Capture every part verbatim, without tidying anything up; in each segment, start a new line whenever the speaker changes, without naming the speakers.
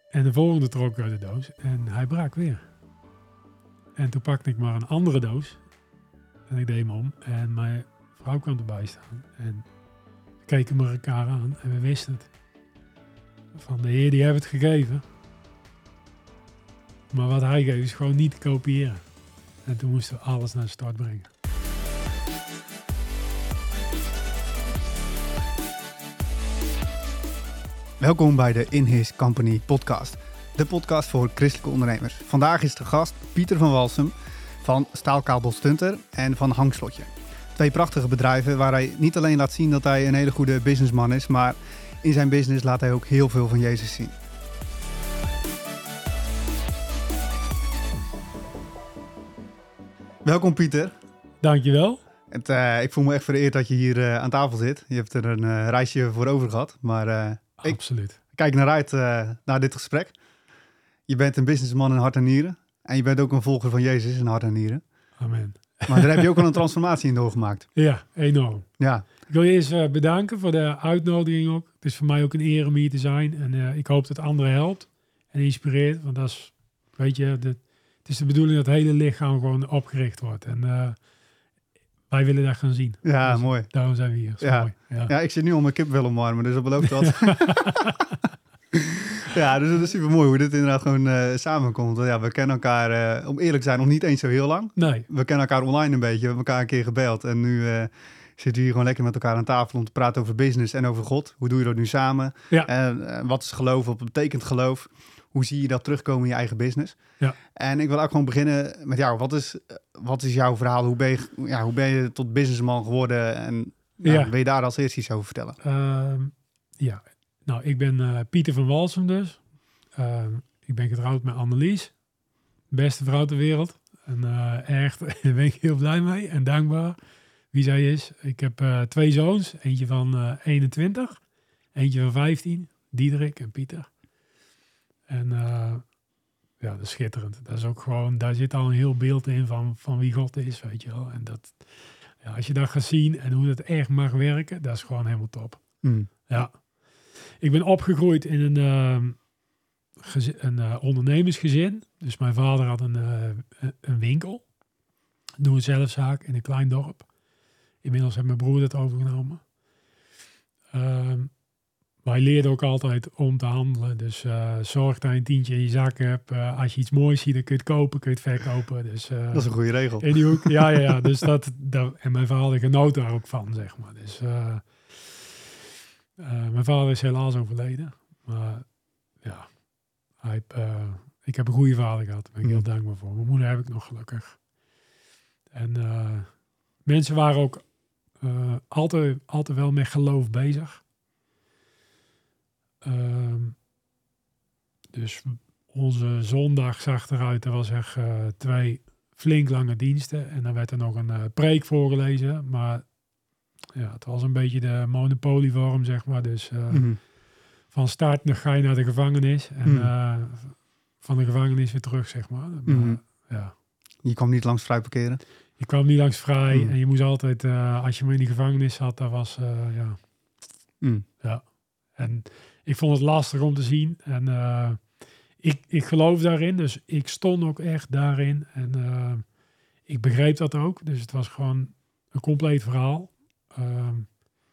En de volgende trok uit de doos en hij brak weer. En toen pakte ik maar een andere doos. En ik deed hem om. En mijn vrouw kwam erbij staan. En we keken me elkaar aan en we wisten het. Van de Heer die heeft het gegeven. Maar wat hij geeft is gewoon niet te kopiëren. En toen moesten we alles naar de start brengen.
Welkom bij de In His Company podcast. De podcast voor christelijke ondernemers. Vandaag is de gast Pieter van Walsum van Staalkabel Stunter en van Hangslotje. Twee prachtige bedrijven waar hij niet alleen laat zien dat hij een hele goede businessman is, maar in zijn business laat hij ook heel veel van Jezus zien. Welkom Pieter.
Dankjewel.
Het, uh, ik voel me echt vereerd dat je hier uh, aan tafel zit. Je hebt er een uh, reisje voor over gehad, maar uh,
Absoluut.
Ik kijk naar uit uh, naar dit gesprek. Je bent een businessman in hart en nieren en je bent ook een volger van Jezus in hart en nieren.
Amen.
Maar daar heb je ook wel een transformatie in doorgemaakt.
Ja, enorm.
Ja.
Ik wil je eens uh, bedanken voor de uitnodiging ook. Het is voor mij ook een eer om hier te zijn. En uh, ik hoop dat anderen helpt en inspireert. Want dat is, weet je, de, het is de bedoeling dat het hele lichaam gewoon opgericht wordt. En uh, wij willen dat gaan zien.
Ja,
dus
mooi.
Daarom zijn we hier.
Ja.
Mooi. Ja.
ja, ik zit nu al mijn kip wel omarmen, dus dat belooft wat. Ja, dus het is super mooi hoe dit inderdaad gewoon uh, samenkomt. Ja, we kennen elkaar, uh, om eerlijk te zijn, nog niet eens zo heel lang.
Nee.
We kennen elkaar online een beetje. We hebben elkaar een keer gebeld. En nu uh, zitten we hier gewoon lekker met elkaar aan tafel om te praten over business en over God. Hoe doe je dat nu samen?
Ja.
En uh, wat is geloof? Wat betekent geloof? Hoe zie je dat terugkomen in je eigen business?
Ja.
En ik wil ook gewoon beginnen met jou. Wat is, wat is jouw verhaal? Hoe ben je, ja, hoe ben je tot businessman geworden? En nou,
Ja.
wil je daar als eerste iets over vertellen?
Uh, ja. Nou, ik ben uh, Pieter van Walsum dus. Uh, ik ben getrouwd met Annelies. Beste vrouw ter wereld. En uh, echt, daar ben ik heel blij mee en dankbaar wie zij is. Ik heb uh, twee zoons. Eentje van uh, eenentwintig. Eentje van vijftien. Diederik en Pieter. En uh, ja, dat is schitterend. Dat is ook gewoon, daar zit al een heel beeld in van, van wie God is, weet je wel. En dat, ja, als je dat gaat zien en hoe dat echt mag werken, dat is gewoon helemaal top.
Mm.
Ja. Ik ben opgegroeid in een, uh, gezi- een uh, ondernemersgezin. Dus mijn vader had een, uh, een winkel. Doe een zelfzaak in een klein dorp. Inmiddels heeft mijn broer dat overgenomen. Uh, wij leerden ook altijd om te handelen. Dus uh, zorg dat je een tientje in je zak hebt. Uh, als je iets moois ziet, dan kun je het kopen, kun je het verkopen. Dus, uh,
Dat is een goede regel.
in die hoek, ja, ja, ja. Dus dat, dat, en mijn vader genoot daar ook van, zeg maar. Dus... Uh, Uh, mijn vader is helaas overleden. Maar ja, hij, uh, ik heb een goede vader gehad. Daar ben ik
Mm.
heel dankbaar voor. Mijn moeder heb ik nog gelukkig. En uh, mensen waren ook uh, altijd, altijd wel met geloof bezig. Uh, dus onze zondag zag eruit. Er was echt uh, twee flink lange diensten. En dan werd er nog een uh, preek voorgelezen. Maar... ja, het was een beetje de monopolievorm, zeg maar. Dus uh,
Mm.
van start nog ga je naar de gevangenis. En
Mm.
uh, van de gevangenis weer terug, zeg maar. Maar
Mm.
ja,
Je kwam niet langs vrij parkeren?
je kwam niet langs vrij.
Mm.
En je moest altijd, uh, als je maar in die gevangenis zat, dat was, uh, ja.
Mm.
ja. En ik vond het lastig om te zien. En uh, ik, ik geloof daarin. Dus ik stond ook echt daarin. En uh, ik begreep dat ook. Dus het was gewoon een compleet verhaal. Um,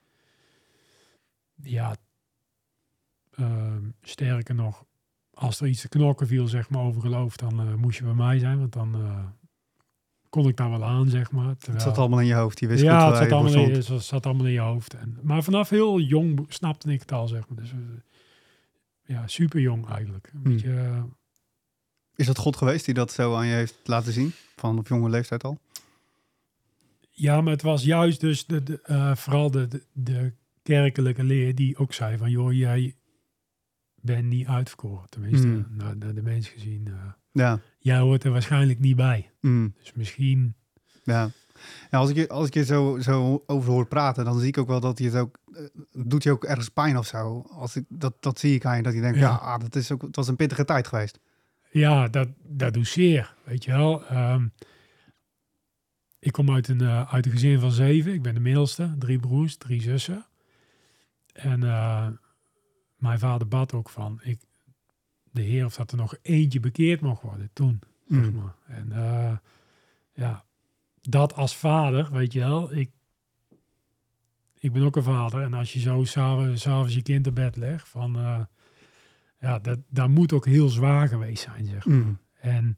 ja, um, sterker nog, als er iets te knokken viel, zeg maar, over geloof, dan uh, moest je bij mij zijn, want dan uh, kon ik daar wel aan, zeg maar. Terwijl,
Het zat allemaal in je hoofd. Je wist
ja,
goed
het
waar
zat
je voor
allemaal,
stond.
in, het zat allemaal in je hoofd. En, maar vanaf heel jong snapte ik het al, zeg maar. Dus uh, ja, super jong eigenlijk. Een
Hmm.
beetje, uh,
Is dat God geweest die dat zo aan je heeft laten zien? Van op jonge leeftijd al?
ja, maar het was juist dus de, de, uh, vooral de, de, de kerkelijke leer die ook zei van, joh, jij bent niet uitverkoren. Tenminste,
Mm.
naar, naar de mens gezien. Uh,
Ja.
jij hoort er waarschijnlijk niet bij.
Mm.
Dus misschien...
Ja. Ja, als ik je, als ik je zo, zo over hoor praten, dan zie ik ook wel dat je het ook... Uh, doet je ook ergens pijn of zo? Als ik, dat, dat zie ik aan je, dat je denkt, ja,
Ja.
ah, dat is ook, het was een pittige tijd geweest.
Ja, dat, dat doet zeer, weet je wel. Um, ik kom uit een, uh, uit een gezin van zeven. Ik ben de middelste. Drie broers, drie zussen. En uh, mijn vader bad ook van... Ik, de Heer, of dat er nog eentje bekeerd mocht worden toen.
Mm.
Zeg maar. En uh, ja, dat als vader, weet je wel, ik, ik ben ook een vader. En als je zo s'avonds, s'avonds je kind op bed legt, van, uh, ja, dat, dat moet ook heel zwaar geweest zijn, zeg maar.
Mm.
En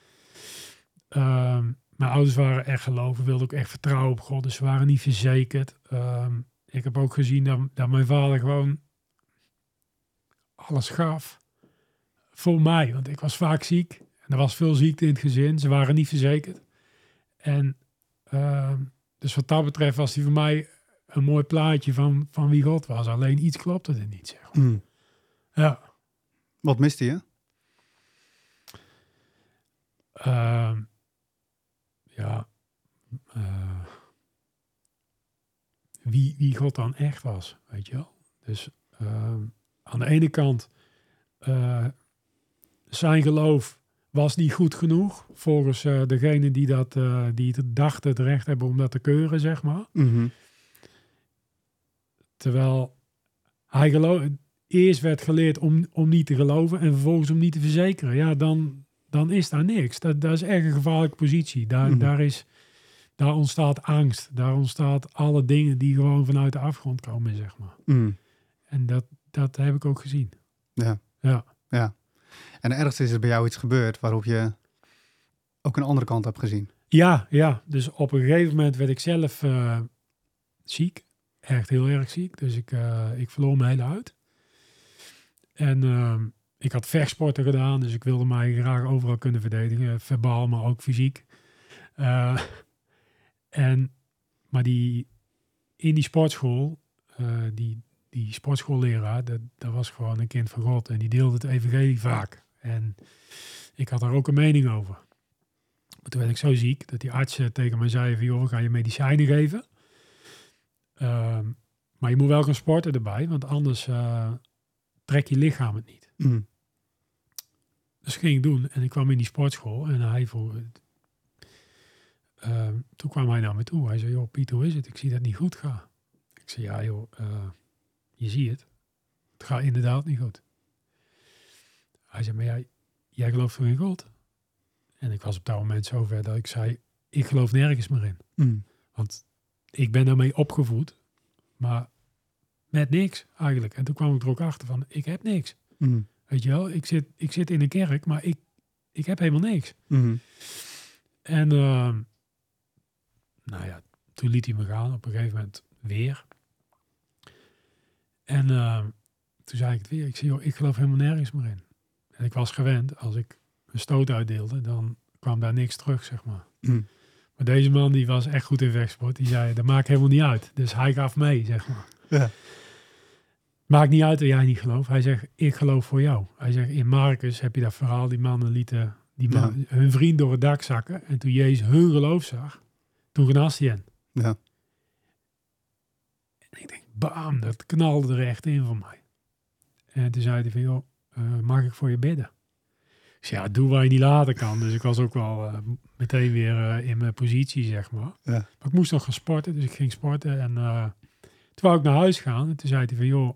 uh, mijn ouders waren echt geloven, wilden ook echt vertrouwen op God, dus ze waren niet verzekerd. Uh, ik heb ook gezien dat, dat mijn vader gewoon alles gaf voor mij, want ik was vaak ziek. En er was veel ziekte in het gezin, ze waren niet verzekerd. En uh, dus wat dat betreft was hij voor mij een mooi plaatje van, van wie God was. Alleen iets klopte er niet, zeg maar.
Mm.
Ja.
Wat miste je?
Uh, ja. Uh, wie, wie God dan echt was, weet je wel. Dus uh, aan de ene kant uh, zijn geloof was niet goed genoeg volgens uh, degene die dat uh, die het dachten het recht hebben om dat te keuren, zeg maar.
Mm-hmm.
Terwijl hij geloof, eerst werd geleerd om, om niet te geloven en vervolgens om niet te verzekeren. Ja, dan, dan is daar niks. Dat, dat is echt een gevaarlijke positie. Daar,
Mm-hmm.
daar, is, daar ontstaat angst. Daar ontstaat alle dingen die gewoon vanuit de afgrond komen, zeg maar.
Mm.
En dat, dat heb ik ook gezien.
Ja.
Ja.
Ja. En ergens is er bij jou iets gebeurd waarop je ook een andere kant hebt gezien.
Ja, ja. Dus op een gegeven moment werd ik zelf uh, ziek. Echt heel erg ziek. Dus ik, uh, ik verloor mijn hele huid. En uh, ik had vechtsporten gedaan. Dus ik wilde mij graag overal kunnen verdedigen. Verbaal, maar ook fysiek. Uh, en, maar die, in die sportschool, uh, die, die sportschoolleraar, dat, dat was gewoon een kind van God. En die deelde het evangelie vaak. En ik had daar ook een mening over. Maar toen werd ik zo ziek dat die artsen tegen mij zeiden van, joh, we gaan je medicijnen geven. Uh, maar je moet wel gaan sporten erbij, want anders uh, trek je lichaam het niet.
Mm.
Dus ging ik doen en ik kwam in die sportschool en hij vroeg, uh, toen kwam hij naar me toe. Hij zei, joh Piet, hoe is het? Ik zie dat het niet goed gaat. Ik zei, ja joh, uh, je ziet het. Het gaat inderdaad niet goed. Hij zei, maar jij, jij gelooft toch in God? En ik was op dat moment zover dat ik zei, ik geloof nergens meer in.
Mm.
Want ik ben daarmee opgevoed, maar met niks eigenlijk. En toen kwam ik er ook achter van, ik heb niks.
Mm.
Weet je wel, ik zit, ik zit in een kerk, maar ik, ik heb helemaal niks.
Mm.
En uh, nou ja, toen liet hij me gaan op een gegeven moment weer. En uh, toen zei ik het weer, ik zei, joh, ik geloof helemaal nergens meer in. En ik was gewend, als ik een stoot uitdeelde, dan kwam daar niks terug, zeg maar.
Mm.
Maar deze man, die was echt goed in vechtsport. Die zei, dat maakt helemaal niet uit. Dus hij gaf mee, zeg maar.
Ja.
Maakt niet uit dat jij niet gelooft. Hij zegt, ik geloof voor jou. Hij zegt, in Marcus heb je dat verhaal. Die mannen lieten die man, ja. hun vriend door het dak zakken. En toen Jezus hun geloof zag, toen genas hij hen.
Ja.
En ik denk, bam, dat knalde er echt in voor mij. En toen zei hij van, joh, uh, mag ik voor je bidden? Ik zei, ja, doe waar je niet later kan. Dus ik was ook wel uh, meteen weer uh, in mijn positie, zeg maar.
Ja.
Maar ik moest nog gaan sporten, dus ik ging sporten. En uh, toen wou ik naar huis gaan. En toen zei hij van, joh,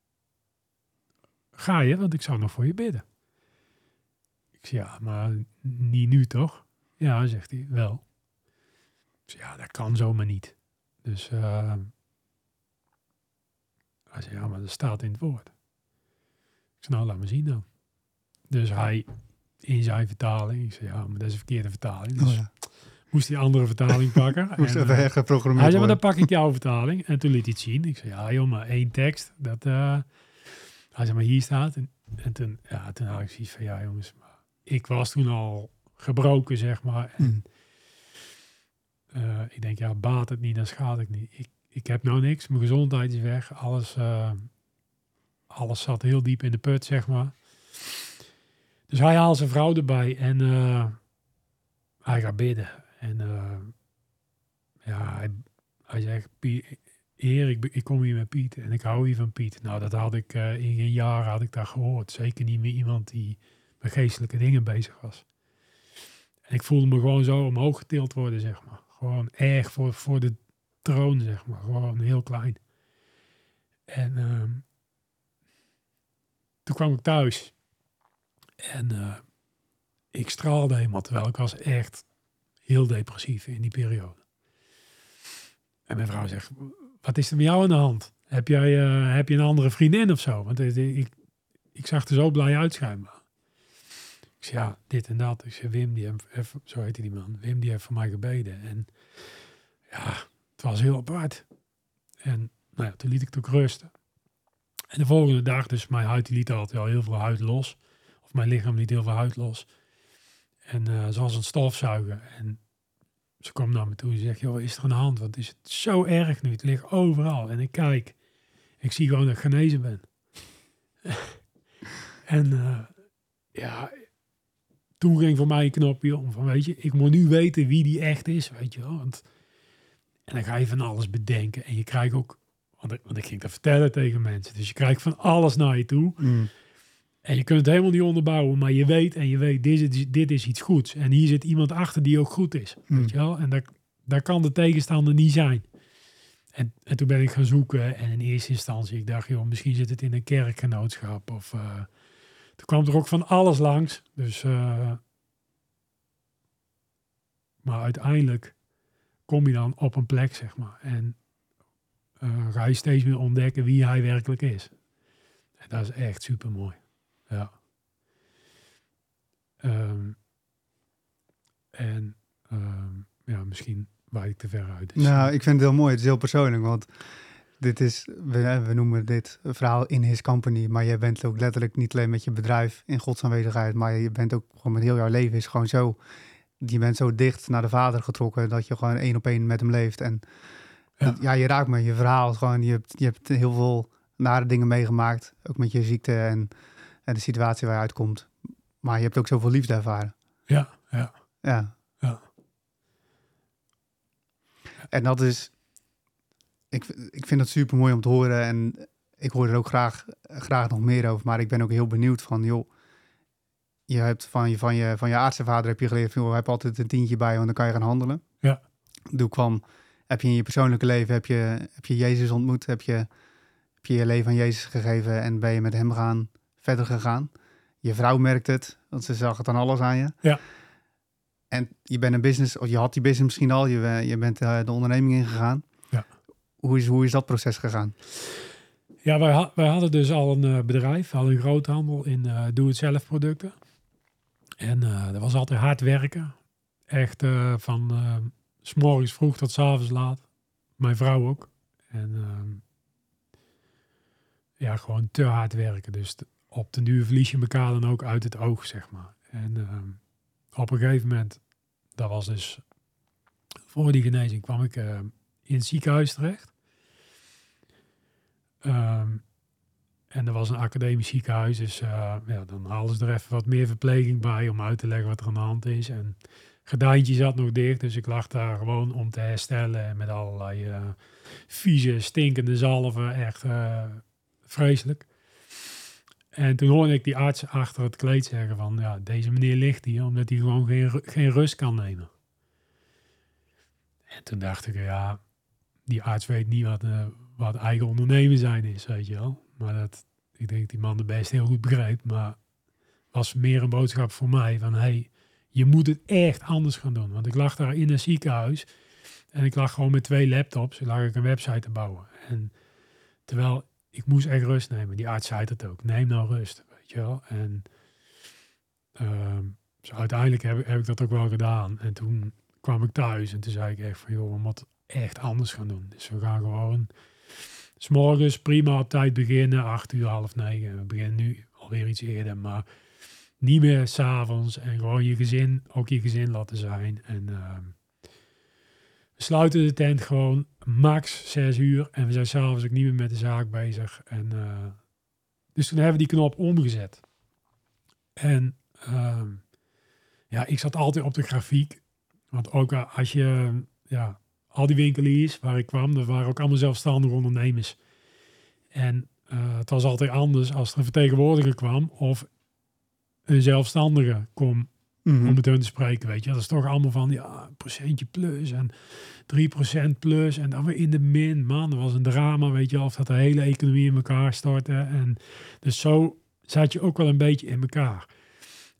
ga je? Want ik zou nog voor je bidden. Ik zei, ja, maar niet nu toch? Ja, zegt hij, wel. Ik zei, ja, dat kan zomaar niet. Dus uh, hij zei, ja, maar dat staat in het woord. Ik zei, nou, laat me zien dan. Dus hij, in zijn vertaling, ik zei, ja, maar dat is een verkeerde vertaling. Dus
oh ja.
moest hij andere vertaling pakken.
moest
en,
even
uh,
hergeprogrammeerd
hij zei, maar
worden.
dan pak ik jouw vertaling. En toen liet hij het zien. Ik zei, ja joh, maar één tekst. Dat, uh, hij zei, maar hier staat. En, en toen, ja, toen had ik zoiets van, ja jongens, maar ik was toen al gebroken, zeg maar. En
Mm.
uh, ik denk, ja, baat het niet, dan schaadt het niet. Ik, ik heb nou niks, mijn gezondheid is weg. Alles, uh, alles zat heel diep in de put, zeg maar. Dus hij haalt zijn vrouw erbij en uh, hij gaat bidden. En uh, ja, hij, hij zegt, Heer, ik, ik kom hier met Piet en ik hou hier van Piet. Nou, dat had ik uh, in geen jaar had ik dat gehoord. Zeker niet met iemand die met geestelijke dingen bezig was. En ik voelde me gewoon zo omhoog getild worden, zeg maar. Gewoon erg voor, voor de troon, zeg maar. Gewoon heel klein. En uh, toen kwam ik thuis. En uh, ik straalde helemaal, terwijl ik was echt heel depressief in die periode. En mijn vrouw zegt, wat is er met jou aan de hand? Heb jij uh, heb je een andere vriendin of zo? Want uh, ik, ik zag er zo blij uit schijnbaar. Ik zei, ja, dit en dat. Ik zei, Wim, die heeft, zo heette die man. Wim, die heeft voor mij gebeden. En ja, het was heel apart. En nou ja, toen liet ik het ook rusten. En de volgende dag, dus mijn huid die liet altijd wel heel veel huid los. Of mijn lichaam liet heel veel huid los. En uh, zoals een stofzuiger. En ze kwam naar me toe en zegt, joh, wat is er aan de hand? Wat is het zo erg nu? Het ligt overal. En ik kijk. Ik zie gewoon dat ik genezen ben. en uh, ja, toen ging voor mij een knopje om. Van, weet je, ik moet nu weten wie die echt is, weet je wel. Want, en dan ga je van alles bedenken. En je krijgt ook, want ik, want ik ging dat vertellen tegen mensen. Dus je krijgt van alles naar je toe.
Mm.
En je kunt het helemaal niet onderbouwen. Maar je weet en je weet, dit is, dit is iets goeds. En hier zit iemand achter die ook goed is.
Mm.
Weet je wel. En daar, daar kan de tegenstander niet zijn. En, en toen ben ik gaan zoeken. En in eerste instantie, ik dacht, joh, misschien zit het in een kerkgenootschap. Of uh, toen kwam er ook van alles langs. Dus, uh, maar uiteindelijk kom je dan op een plek, zeg maar. En uh, ga je steeds meer ontdekken wie hij werkelijk is. En dat is echt super mooi. Ja. Um, en um, ja, misschien waai ik te ver uit. Dus
nou, ik vind het heel mooi. Het is heel persoonlijk, want dit is, we, we noemen dit verhaal in his company, maar je bent ook letterlijk niet alleen met je bedrijf in Gods aanwezigheid, maar je bent ook gewoon met heel jouw leven is gewoon zo, je bent zo dicht naar de Vader getrokken dat je gewoon één op één met hem leeft. En ja, dat, ja je raakt me, je verhaal is gewoon, je hebt, je hebt heel veel nare dingen meegemaakt, ook met je ziekte en, en de situatie waar je uitkomt. Maar je hebt ook zoveel liefde ervaren.
Ja, ja.
Ja.
Ja.
En dat is, ik, ik vind het super mooi om te horen en ik hoor er ook graag, graag nog meer over. Maar ik ben ook heel benieuwd van, joh, je hebt van je, van je, van je aardse vader heb je geleerd, joh, heb altijd een tientje bij, want dan kan je gaan handelen.
Ja.
Toen kwam, heb je in je persoonlijke leven, heb je, heb je Jezus ontmoet, heb je, heb je je leven aan Jezus gegeven en ben je met hem gaan, verder gegaan. Je vrouw merkt het, want ze zag het aan alles aan je.
Ja.
En je bent een business, of je had die business misschien al, je, je bent uh, de onderneming ingegaan.
Ja.
Hoe is, hoe is dat proces gegaan?
Ja, wij, ha- wij hadden dus al een uh, bedrijf, al een groothandel in uh, doe-het-zelf producten. En uh, dat was altijd hard werken. Echt uh, van uh, 's morgens vroeg tot 's avonds laat. Mijn vrouw ook. En uh, ja, gewoon te hard werken. Dus t- op den duur verlies je elkaar dan ook uit het oog, zeg maar. En uh, op een gegeven moment, dat was dus voor die genezing, kwam ik uh, in het ziekenhuis terecht. Um, en er was een academisch ziekenhuis, dus uh, ja, dan haalden ze er even wat meer verpleging bij om uit te leggen wat er aan de hand is. En gordijntje zat nog dicht, dus ik lag daar gewoon om te herstellen en met allerlei uh, vieze, stinkende zalven, echt uh, vreselijk. En toen hoorde ik die arts achter het kleed zeggen van, ja, deze meneer ligt hier omdat hij gewoon geen, geen rust kan nemen. En toen dacht ik, ja, die arts weet niet wat, uh, wat eigen ondernemen zijn is, weet je wel. Maar dat, ik denk dat die man de best heel goed begrijpt, maar was meer een boodschap voor mij van, hey, je moet het echt anders gaan doen. Want ik lag daar in een ziekenhuis en ik lag gewoon met twee laptops, lag ik een website te bouwen. En terwijl ik moest echt rust nemen. Die arts zei het ook. Neem nou rust, weet je wel. En uh, dus uiteindelijk heb, heb ik dat ook wel gedaan. En toen kwam ik thuis en toen zei ik echt van, joh, we moeten echt anders gaan doen. Dus we gaan gewoon 's morgens prima op tijd beginnen, acht uur, half negen. We beginnen nu alweer iets eerder, maar niet meer 's avonds. En gewoon je gezin, ook je gezin laten zijn. En uh, we sluiten de tent gewoon max zes uur. En we zijn s'avonds ook niet meer met de zaak bezig. En, uh, dus toen hebben we die knop omgezet. En uh, ja, ik zat altijd op de grafiek. Want ook uh, als je, ja, al die winkeliers waar ik kwam, dat waren ook allemaal zelfstandige ondernemers. En uh, het was altijd anders als er een vertegenwoordiger kwam of een zelfstandige kwam. Mm-hmm. Om met hun te spreken, weet je. Dat is toch allemaal van, ja, een procentje plus en drie procent plus en dan weer in de min. Man, dat was een drama, weet je, of dat de hele economie in elkaar stortte. En dus zo zat je ook wel een beetje in elkaar.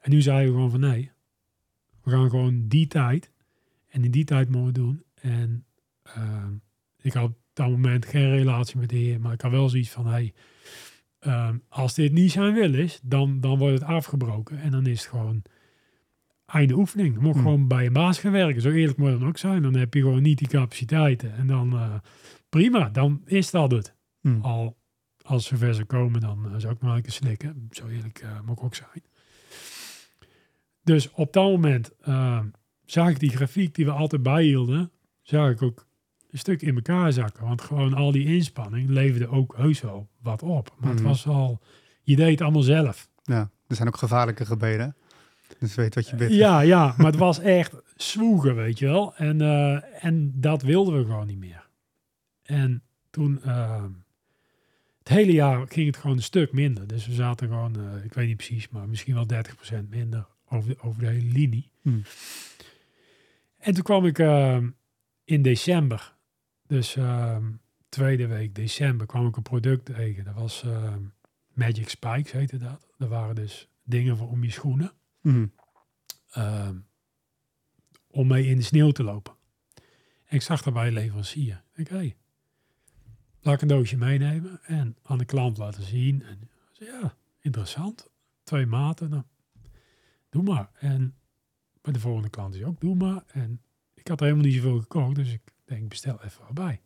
En nu zeiden we gewoon van nee, we gaan gewoon die tijd. En in die tijd moeten we doen. En uh, ik had op dat moment geen relatie met de Heer, maar ik had wel zoiets van hey, uh, als dit niet zijn wil is, dan, dan wordt het afgebroken. En dan is het gewoon einde oefening. Je moet hmm. gewoon bij een baas gaan werken. Zo eerlijk moet het dan ook zijn. Dan heb je gewoon niet die capaciteiten. En dan uh, prima, dan is dat het. Hmm. Al als ze ver zou komen, dan uh, zou ik maar een keer slikken. Zo eerlijk uh, moet ik ook zijn. Dus op dat moment uh, zag ik die grafiek die we altijd bijhielden, zag ik ook een stuk in elkaar zakken. Want gewoon al die inspanning leverde ook heus wel wat op. Maar mm-hmm. het was al, je deed het allemaal zelf.
Ja, er zijn ook gevaarlijke gebeden. Dus weet wat je bidt.
Ja, ja, maar het was echt zwoegen, weet je wel. En, uh, en dat wilden we gewoon niet meer. En toen, uh, het hele jaar ging het gewoon een stuk minder. Dus we zaten gewoon, uh, ik weet niet precies, maar misschien wel dertig procent minder over de, over de hele linie. Hmm. En toen kwam ik uh, in december, dus uh, tweede week december, kwam ik een product tegen. Dat was uh, Magic Spikes, heette dat. Dat waren dus dingen voor om je schoenen. Mm. Uh, om mee in de sneeuw te lopen. En ik zag daarbij een leverancier. Ik hé, hey, laat ik een doosje meenemen en aan de klant laten zien. En zei, ja, interessant. Twee maten, nou, doe maar. En bij de volgende klant is ook, doe maar. En ik had er helemaal niet zoveel gekocht, dus ik denk, bestel even wat bij.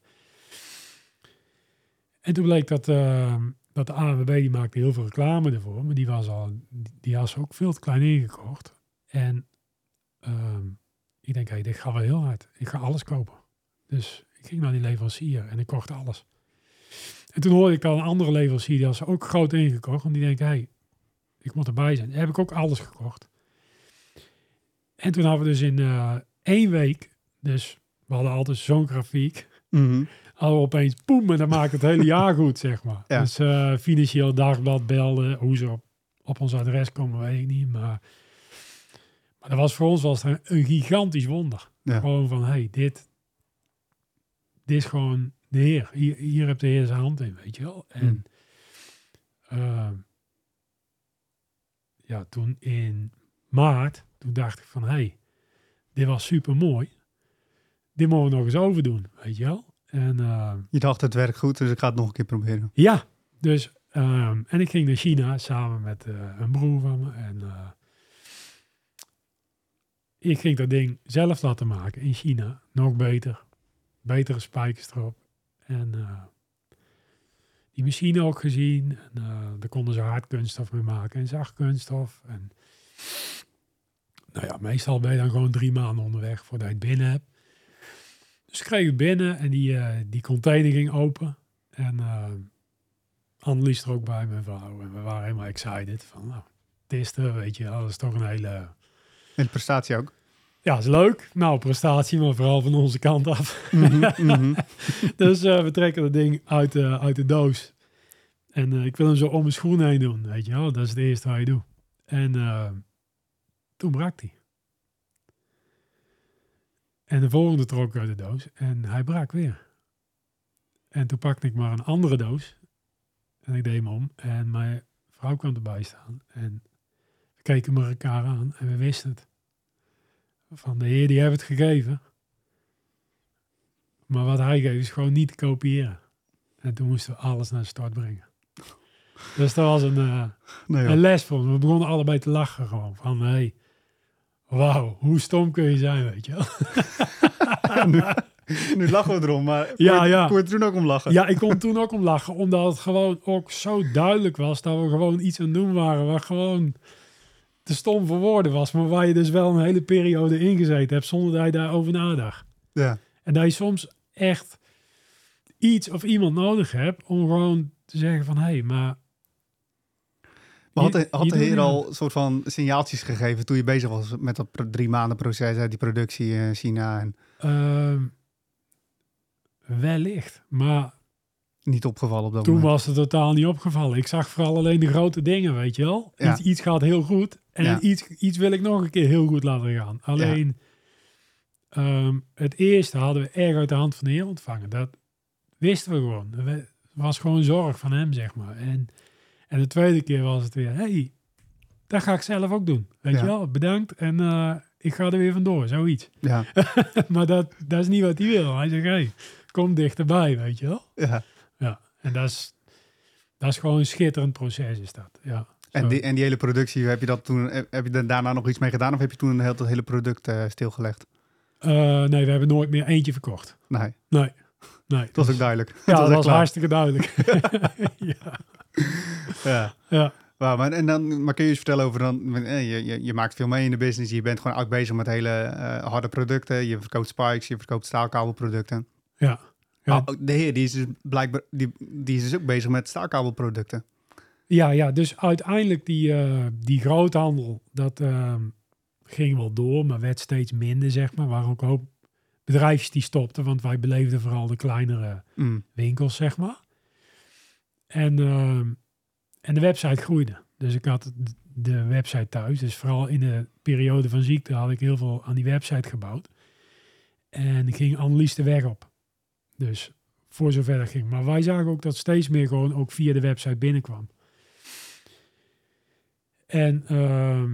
En toen bleek dat, uh, dat de A N W B, die maakte heel veel reclame ervoor, maar die was al, die had ze ook veel te klein ingekocht. En uh, ik denk, hey, dit gaat wel heel hard. Ik ga alles kopen. Dus ik ging naar die leverancier en ik kocht alles. En toen hoorde ik al een andere leverancier, die had ze ook groot ingekocht. En die denkt, hey, ik moet erbij zijn. En heb ik ook alles gekocht. En toen hadden we dus in uh, één week, dus we hadden altijd zo'n grafiek, mm-hmm. hadden we opeens, poem, en dan maakt het hele jaar goed, zeg maar. Ja. Dus uh, Financieel Dagblad belde, hoe ze op, op ons adres komen, weet ik niet. Maar, maar dat was voor ons was het een gigantisch wonder. Ja. Gewoon van, hey, dit, dit is gewoon de Heer. Hier, hier heb de Heer zijn hand in, weet je wel. En mm. uh, ja, toen in maart, toen dacht ik van, hé, hey, dit was super mooi. Dit moeten we nog eens overdoen, weet je wel. En, uh,
je dacht, het werkt goed, dus ik ga het nog een keer proberen.
Ja, dus, um, en ik ging naar China samen met uh, een broer van me. En uh, ik ging dat ding zelf laten maken in China. Nog beter. Betere spijkers erop. En uh, die machine ook gezien. En uh, daar konden ze hardkunststof mee maken en zachtkunststof. En nou ja, meestal ben je dan gewoon drie maanden onderweg voordat je het binnen hebt. Dus ik kreeg het binnen en die, uh, die container ging open. En uh, Annelies er ook bij, mijn vrouw. En we waren helemaal excited van, nou, testen, weet je wel. Dat is toch een hele...
En prestatie ook?
Ja, is leuk. Nou, prestatie, maar vooral van onze kant af.
Mm-hmm, mm-hmm.
Dus uh, we trekken dat ding uit de, uit de doos. En uh, ik wil hem zo om mijn schoen heen doen, weet je wel. Dat is het eerste wat je doet. En uh, toen brak hij. En de volgende trok uit de doos en hij brak weer. En toen pakte ik maar een andere doos. En ik deed hem om. En mijn vrouw kwam erbij staan. En we keken elkaar aan en we wisten het. Van de Heer, die heeft het gegeven. Maar wat hij geeft is gewoon niet te kopiëren. En toen moesten we alles naar de start brengen. Dus dat was een, uh, nee, een les voor ons. We begonnen allebei te lachen gewoon. Van, hé, hey, wauw, hoe stom kun je zijn, weet je wel.
nu, nu lachen we erom, maar
ja,
kon, je,
ja.
kon je toen ook om lachen?
Ja, ik kon toen ook om lachen. Omdat het gewoon ook zo duidelijk was dat we gewoon iets aan het doen waren. Waar gewoon te stom voor woorden was. Maar waar je dus wel een hele periode ingezeten hebt zonder dat je daarover nadacht.
Ja.
En dat je soms echt iets of iemand nodig hebt om gewoon te zeggen van, hé, hey, maar...
Maar had de, had de Heer al een soort van signaaltjes gegeven toen je bezig was met dat drie maanden proces, hè, die productie in China? En...
Uh, wellicht, maar...
Niet opgevallen op dat
toen
moment.
was het totaal niet opgevallen. Ik zag vooral alleen de grote dingen, weet je wel.
Ja.
Iets, iets gaat heel goed en
ja.
iets, iets wil ik nog een keer heel goed laten gaan. Alleen, ja. um, het eerste hadden we erg uit de hand van de Heer ontvangen. Dat wisten we gewoon. Het was gewoon zorg van hem, zeg maar. En... En de tweede keer was het weer, hey, dat ga ik zelf ook doen. Weet
Ja.
je wel, bedankt en uh, ik ga er weer vandoor, zoiets.
Ja.
Maar dat, dat is niet wat hij wil. Hij zegt, hey, kom dichterbij, weet je wel.
Ja.
Ja, en dat is, dat is gewoon een schitterend proces, is dat. Ja,
En die, en die hele productie, heb je, dat toen, heb je er daarna nog iets mee gedaan? Of heb je toen het hele product uh, stilgelegd?
Uh, nee, we hebben nooit meer eentje verkocht.
Nee.
Nee. nee
dat was ook duidelijk.
Ja, dat was,
was
hartstikke duidelijk. ja.
Ja.
ja.
Wow, maar, en dan, maar kun je eens vertellen over dan, je, je, je maakt veel mee in de business, je bent gewoon ook bezig met hele uh, harde producten, je verkoopt spikes, je verkoopt staalkabelproducten.
Ja. ja.
Oh, de heer, die is dus blijkbaar, die, die is dus ook bezig met staalkabelproducten.
Ja, ja, dus uiteindelijk die, uh, die groothandel, dat uh, ging wel door, maar werd steeds minder, zeg maar. Er waren ook een hoop bedrijfjes die stopten, want wij beleefden vooral de kleinere mm. winkels, zeg maar. En, uh, en de website groeide. Dus ik had de website thuis. Dus vooral in de periode van ziekte had ik heel veel aan die website gebouwd. En ik ging Annelies de weg op. Dus voor zover dat ging. Maar wij zagen ook dat steeds meer gewoon ook via de website binnenkwam. En uh,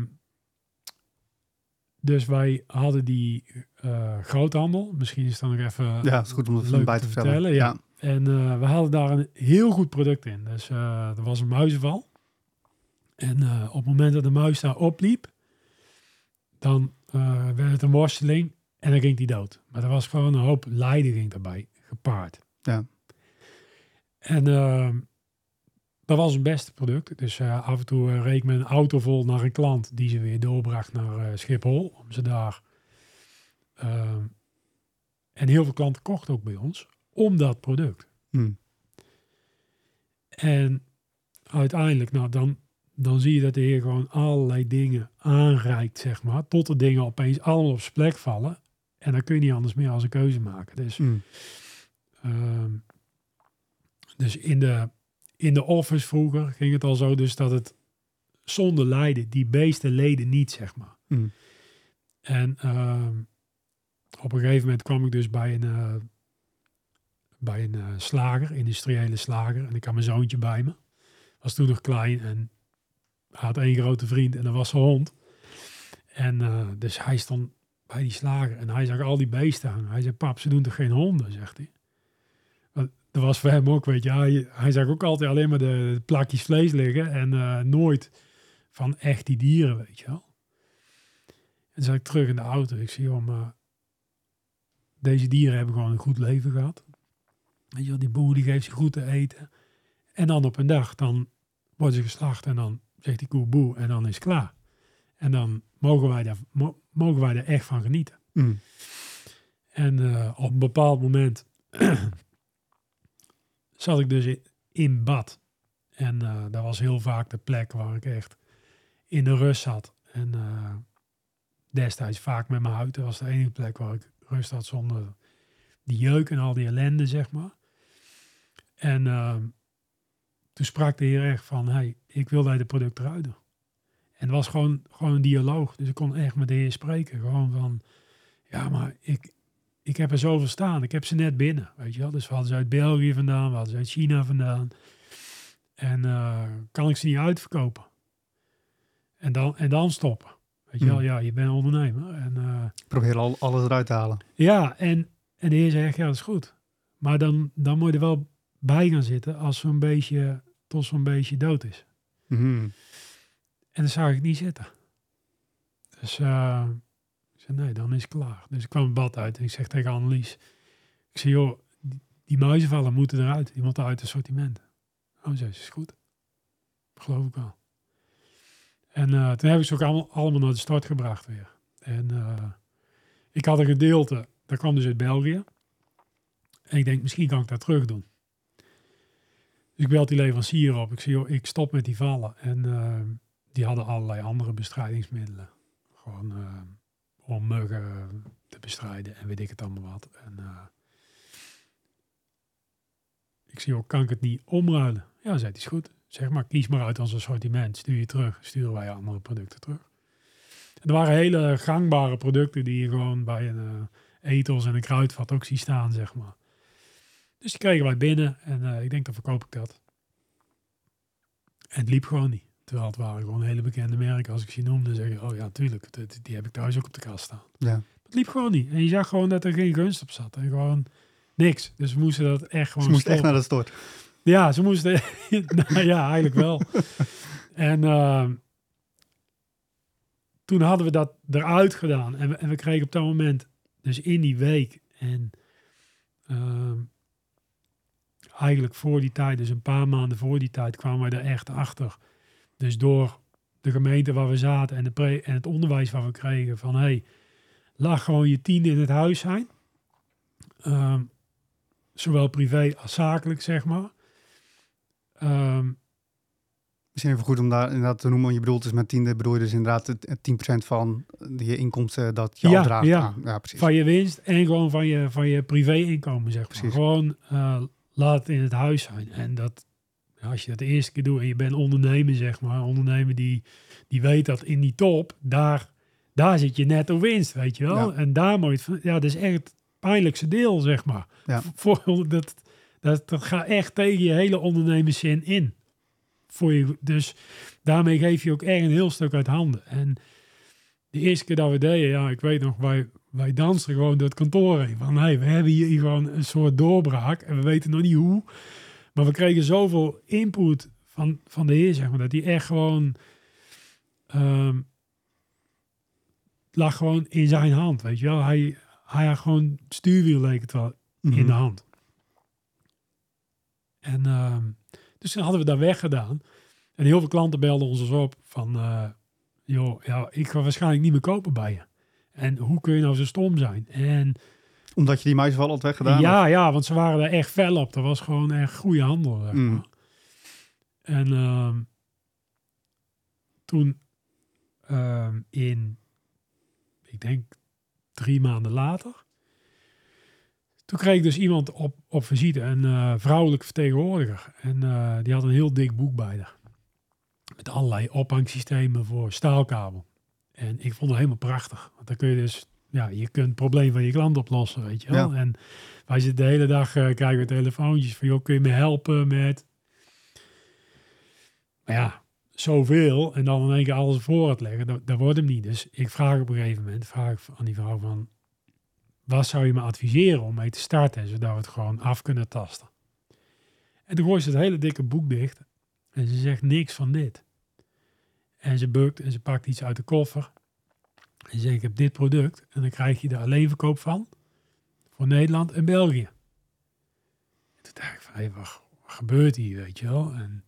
dus wij hadden die uh, groothandel. Misschien is het dan nog even
ja, het is goed om het leuk bij te vertellen.
vertellen. Ja. Ja. En uh, we hadden daar een heel goed product in. Dus uh, er was een muizenval. En uh, op het moment dat de muis daar opliep, dan uh, werd het een worsteling en dan ging die dood. Maar er was gewoon een hoop lijden ging daarbij gepaard.
Ja.
En uh, dat was het beste product. Dus uh, af en toe uh, reed ik met een auto vol naar een klant die ze weer doorbracht naar uh, Schiphol. Om ze daar... Uh, en heel veel klanten kochten ook bij ons om dat product.
Hmm.
En uiteindelijk, nou dan, dan zie je dat de heer gewoon allerlei dingen aanreikt, zeg maar. Tot de dingen opeens allemaal op zijn plek vallen. En dan kun je niet anders meer als een keuze maken. Dus,
hmm.
uh, dus in de... In de office vroeger ging het al zo dus dat het zonder lijden, die beesten leden niet, zeg maar.
Mm.
En uh, op een gegeven moment kwam ik dus bij een, uh, bij een uh, slager, industriële slager. En ik had mijn zoontje bij me. Was toen nog klein en had één grote vriend en dat was zijn hond. En uh, dus hij stond bij die slager en hij zag al die beesten hangen. Hij zei, pap, ze doen toch geen honden, zegt hij. Dat was voor hem ook, weet je. Hij, hij zag ook altijd alleen maar de, de plakjes vlees liggen. En uh, nooit van echt die dieren, weet je wel. En dan zat ik terug in de auto. Ik zie, joh, maar deze dieren hebben gewoon een goed leven gehad. Weet je wel, die boer die geeft ze goed te eten. En dan op een dag, dan worden ze geslacht. En dan zegt die koe boe en dan is het klaar. En dan mogen wij daar, mo- mogen wij daar echt van genieten.
Mm.
En uh, op een bepaald moment... zat ik dus in, in bad. En uh, dat was heel vaak de plek waar ik echt in de rust zat. En uh, destijds vaak met mijn huid. Dat was de enige plek waar ik rust had zonder die jeuk en al die ellende, zeg maar. En uh, toen sprak de heer echt van, hey, ik wil dat je de product eruit doen. En het was gewoon, gewoon een dialoog. Dus ik kon echt met de heer spreken. Gewoon van, ja, maar ik... Ik heb er zoveel staan. Ik heb ze net binnen, weet je wel. Dus we hadden ze uit België vandaan, we hadden ze uit China vandaan. En uh, kan ik ze niet uitverkopen? En dan, en dan stoppen. Weet je wel, mm. ja, je bent een ondernemer. En, uh,
probeer al alles eruit te halen.
Ja, en, en de heer zegt, ja, dat is goed. Maar dan, dan moet je er wel bij gaan zitten als zo'n beestje, tot zo'n beestje dood is.
Mm-hmm.
En dat zag ik niet zitten. Dus... Uh, Ik zei, nee, dan is het klaar. Dus ik kwam het bad uit en ik zeg tegen Annelies. Ik zei, joh, die, die muizenvallen moeten eruit. Die moeten uit het assortiment. Oh, zei ze, is goed. Geloof ik wel. En uh, toen heb ik ze ook allemaal, allemaal naar de start gebracht weer. En uh, ik had een gedeelte, dat kwam dus uit België. En ik denk, misschien kan ik dat terug doen. Dus ik bel die leverancier op. Ik zei, joh, ik stop met die vallen. En uh, die hadden allerlei andere bestrijdingsmiddelen. Gewoon... Uh, om muggen te bestrijden en weet ik het allemaal wat. En uh, ik zie ook, kan ik het niet omruilen? Ja, zei hij, is goed. Zeg maar, kies maar uit ons assortiment. Stuur je terug, sturen wij andere producten terug. En er waren hele gangbare producten die je gewoon bij een uh, ethos en een kruidvat ook ziet staan, zeg maar. Dus die kregen wij binnen en uh, ik denk, dan verkoop ik dat. En het liep gewoon niet. Terwijl het waren gewoon hele bekende merken. Als ik ze noemde, zeg je, oh ja, tuurlijk, die, die heb ik thuis ook op de kast staan.
Ja.
Het liep gewoon niet. En je zag gewoon dat er geen gunst op zat. En gewoon niks. Dus we moesten dat echt gewoon
Ze moest echt
stoppen.
naar de stort.
Ja, ze moesten... nou ja, eigenlijk wel. En uh, toen hadden we dat eruit gedaan. En we, en we kregen op dat moment, dus in die week... en uh, eigenlijk voor die tijd, dus een paar maanden voor die tijd... kwamen we er echt achter. Dus door de gemeente waar we zaten en, de pre- en het onderwijs waar we kregen... van hé, hey, laat gewoon je tien in het huis zijn. Uh, zowel privé als zakelijk, zeg maar. Um,
Misschien even goed om daar inderdaad te noemen. Je bedoelt dus met tiende bedoel je dus inderdaad het tien procent van je inkomsten dat je
ja,
afdraagt.
Ja.
Ah, ja, precies.
Van je winst en gewoon van je, van je privé-inkomen, zeg maar.
Precies.
Gewoon uh, laat het in het huis zijn. En dat, ja, als je dat de eerste keer doet en je bent ondernemer, zeg maar. Ondernemer die, die weet dat in die top, daar, daar zit je netto winst, weet je wel.
Ja.
En daar moet je het van, ja, dat is echt het pijnlijkste deel, zeg maar.
Ja.
Voor, dat, dat, dat gaat echt tegen je hele ondernemerszin in. Voor je, dus daarmee geef je ook echt een heel stuk uit handen. En de eerste keer dat we deden, ja, ik weet nog, wij, wij dansten gewoon door het kantoor heen. Van, hey, we hebben hier gewoon een soort doorbraak en we weten nog niet hoe. Maar we kregen zoveel input van, van de heer, zeg maar, dat hij echt gewoon... Um, lag gewoon in zijn hand, weet je wel. Hij, hij had gewoon het stuurwiel, leek het wel, mm-hmm. in de hand. En... Um, Dus dan hadden we dat weggedaan. En heel veel klanten belden ons dus op van... Uh, joh, ja, ik ga waarschijnlijk niet meer kopen bij je. En hoe kun je nou zo stom zijn? En,
Omdat je die muizenval had weggedaan?
Ja,
of?
ja, want ze waren er echt fel op. Dat was gewoon echt goede handel. Zeg maar. mm. En uh, toen uh, in... Ik denk drie maanden later... Toen kreeg ik dus iemand op, op visite, een uh, vrouwelijke vertegenwoordiger. En uh, die had een heel dik boek bij haar. Met allerlei ophangsystemen voor staalkabel. En ik vond het helemaal prachtig. Want dan kun je dus, ja, je kunt het probleem van je klant oplossen, weet je wel. Ja. En wij zitten de hele dag, uh, krijgen we telefoontjes van, joh, kun je me helpen met... Maar ja, zoveel. En dan in één keer alles voor het leggen, dat, dat wordt hem niet. Dus ik vraag op een gegeven moment, vraag ik aan die vrouw van... Wat zou je me adviseren om mee te starten, zodat we het gewoon af kunnen tasten? En toen gooit ze het hele dikke boek dicht. En ze zegt niks van dit. En ze bukt en ze pakt iets uit de koffer. En ze zegt, ik heb dit product. En dan krijg je er alleen verkoop van. Voor Nederland en België. En toen dacht ik van, hé, hey, wat, wat gebeurt hier, weet je wel? En,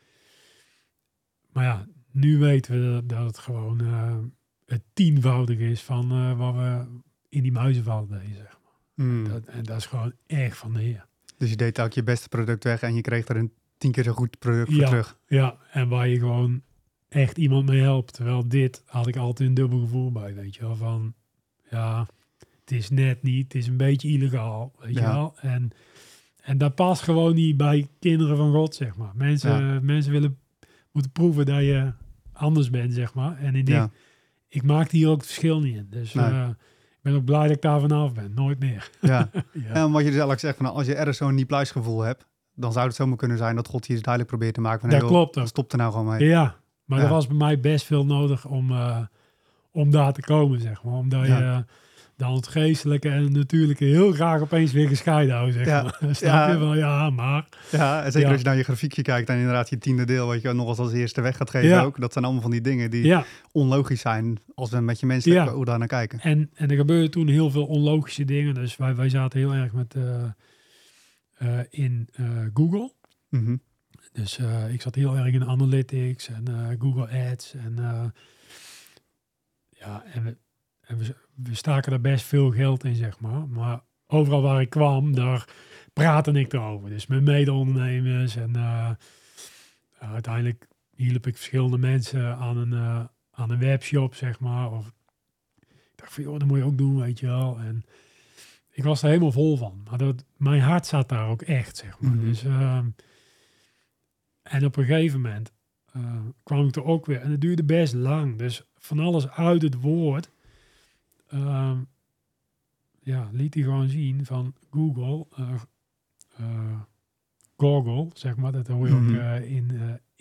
maar ja, nu weten we dat, dat het gewoon uh, het tienvoudige is van uh, wat we... in die muizenval deed, zeg maar. Mm. Dat, en dat is gewoon echt van de heer.
Dus je deed ook je beste product weg en je kreeg er een tien keer zo goed product voor
ja,
terug.
Ja, en waar je gewoon echt iemand mee helpt. Terwijl dit had ik altijd een dubbel gevoel bij, weet je wel. Van, ja, het is net niet, het is een beetje illegaal, weet ja. je wel. En, en dat past gewoon niet bij kinderen van God, zeg maar. Mensen, ja. mensen willen moeten proeven dat je anders bent, zeg maar. En ik denk, ja. ik maak hier ook het verschil niet in. Dus... Nee. Uh, Ik ben ook blij dat ik daar vanaf ben. Nooit meer.
Ja, ja. En wat je dus eigenlijk zegt, van, als je ergens zo'n niet-pluisgevoel hebt, dan zou het zomaar kunnen zijn dat God je duidelijk probeert te maken. Van,
dat
hey,
klopt.
Joh, stop er nou gewoon mee.
Ja, maar
ja.
er was bij mij best veel nodig om, uh, om daar te komen, zeg maar. Omdat ja. je uh, dan het geestelijke en het natuurlijke heel graag opeens weer gescheiden houdt, zeg
ja.
maar. Snap
ja.
je wel? Ja, maar...
Ja, en zeker
ja.
als je naar je grafiekje kijkt en inderdaad je tiende deel, weet je, nog als, als eerste weg gaat geven
ja.
ook. Dat zijn allemaal van die dingen die
ja.
onlogisch zijn als we met je menselijk
ja.
hoe daar naar kijken.
En, en er gebeurden toen heel veel onlogische dingen. Dus wij, wij zaten heel erg met uh, uh, in uh, Google.
Mm-hmm.
Dus uh, ik zat heel erg in Analytics en uh, Google Ads. En, uh, ja, en, we, en we, we staken daar best veel geld in, zeg maar. Maar overal waar ik kwam, daar praatte ik erover. Dus met mede-ondernemers. En uh, uh, uiteindelijk hielp ik verschillende mensen aan een, uh, aan een webshop, zeg maar. Of ik dacht van, joh, dat moet je ook doen, weet je wel. En ik was er helemaal vol van. Maar dat, mijn hart zat daar ook echt, zeg maar. Mm-hmm. Dus... Uh, En op een gegeven moment uh, kwam ik er ook weer. En het duurde best lang. Dus van alles uit het woord. Uh, ja, liet hij gewoon zien van Google. Uh, uh, Google, zeg maar. Dat hoor je mm-hmm. ook uh, in, uh,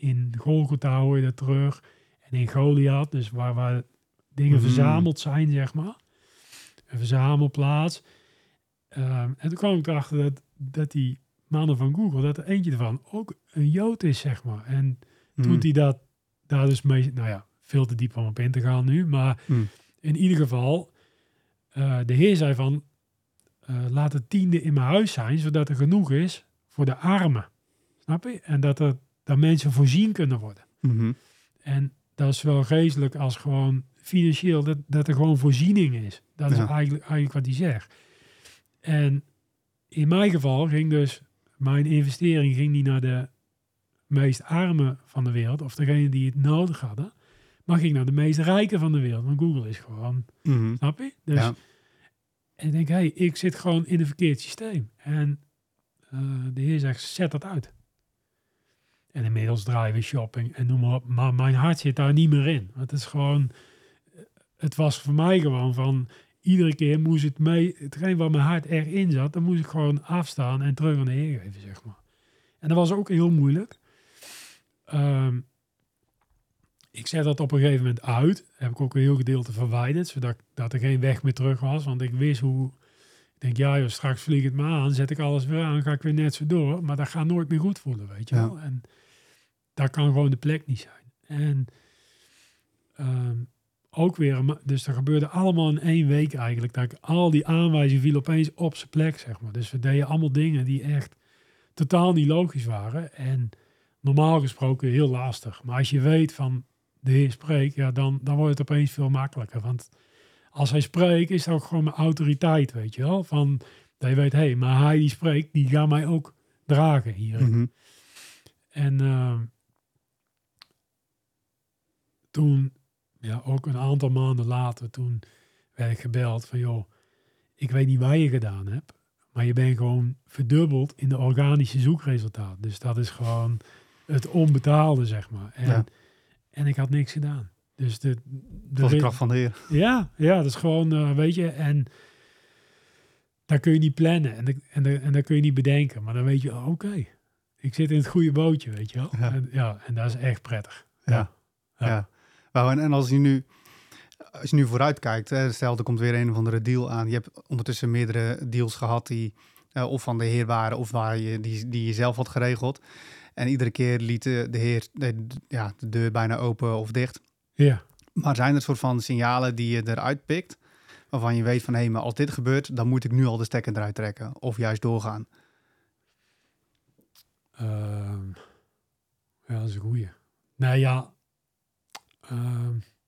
in Golgotha hoor je dat terug. En in Goliath, dus waar, waar dingen
Mhm.
verzameld zijn, zeg maar. Een verzamelplaats. Um, en toen kwam ik erachter dat, dat die mannen van Google, dat er eentje ervan ook een Jood is, zeg maar. En
Mm.
toen die dat daar dus mee, nou ja, veel te diep om op in te gaan nu, maar
Mm.
in ieder geval, uh, de Heer zei van, uh, laat het tiende in mijn huis zijn, zodat er genoeg is voor de armen. Snap je? En dat er dat mensen voorzien kunnen worden.
Mm-hmm.
En dat is zowel geestelijk als gewoon financieel, dat, dat er gewoon voorziening is. Dat is
Ja.
eigenlijk, eigenlijk wat hij zegt. En in mijn geval ging dus, mijn investering ging niet naar de meest armen van de wereld, of degene die het nodig hadden, maar ging naar de meest rijken van de wereld. Want Google is gewoon,
Mm-hmm.
snap je? Dus,
Ja.
en ik denk, hé, hey, ik zit gewoon in een verkeerd systeem. En uh, de Heer zegt, zet dat uit. En inmiddels draaien we shopping en noem maar op. Maar mijn hart zit daar niet meer in. Het is gewoon, het was voor mij gewoon van, iedere keer moest het mee, hetgeen waar mijn hart erin zat, dan moest ik gewoon afstaan en terug aan de Heer geven, zeg maar. En dat was ook heel moeilijk. Um, ik zet dat op een gegeven moment uit. Heb ik ook een heel gedeelte verwijderd, zodat dat er geen weg meer terug was. Want ik wist hoe, ik denk, ja joh, straks vlieg het me aan, zet ik alles weer aan, ga ik weer net zo door. Maar dat gaat nooit meer goed voelen, weet je
Ja.
wel. En daar kan gewoon de plek niet zijn. En um, ook weer, dus er gebeurde allemaal in één week eigenlijk, dat ik al die aanwijzingen viel opeens op zijn plek, zeg maar. Dus we deden allemaal dingen die echt totaal niet logisch waren. En normaal gesproken heel lastig. Maar als je weet van de Heer spreekt, ja, dan, dan wordt het opeens veel makkelijker. Want als hij spreekt, is dat ook gewoon mijn autoriteit, weet je wel. Van, dat je weet, hé, hey, maar hij die spreekt, die gaat mij ook dragen hierin.
Mm-hmm.
En uh, toen, ja, ook een aantal maanden later, toen werd ik gebeld van, joh, ik weet niet wat je gedaan hebt, maar je bent gewoon verdubbeld in de organische zoekresultaten. Dus dat is gewoon het onbetaalde, zeg maar. En,
Ja.
en ik had niks gedaan. Dus de, de
Dat was de kracht van de Heer.
Ja, ja, dat is gewoon, uh, weet je, en daar kun je niet plannen en, de, en, de, en daar kun je niet bedenken. Maar dan weet je, oh, oké, okay, ik zit in het goede bootje, weet je wel.
Ja,
en, ja, en dat is echt prettig.
Ja,
ja.
ja. ja. Nou, en, en als je nu, als je nu vooruit kijkt, hè, stel er komt weer een of andere deal aan. Je hebt ondertussen meerdere deals gehad die uh, of van de Heer waren of waar je, die, die je zelf had geregeld. En iedere keer liet de, de Heer de, ja, de deur bijna open of dicht.
Ja.
Maar zijn er soort van signalen die je eruit pikt, waarvan je weet van, hé, hey, maar als dit gebeurt, dan moet ik nu al de stekker eruit trekken. Of juist doorgaan.
Uh, ja, dat is een goeie. Nou ja, uh,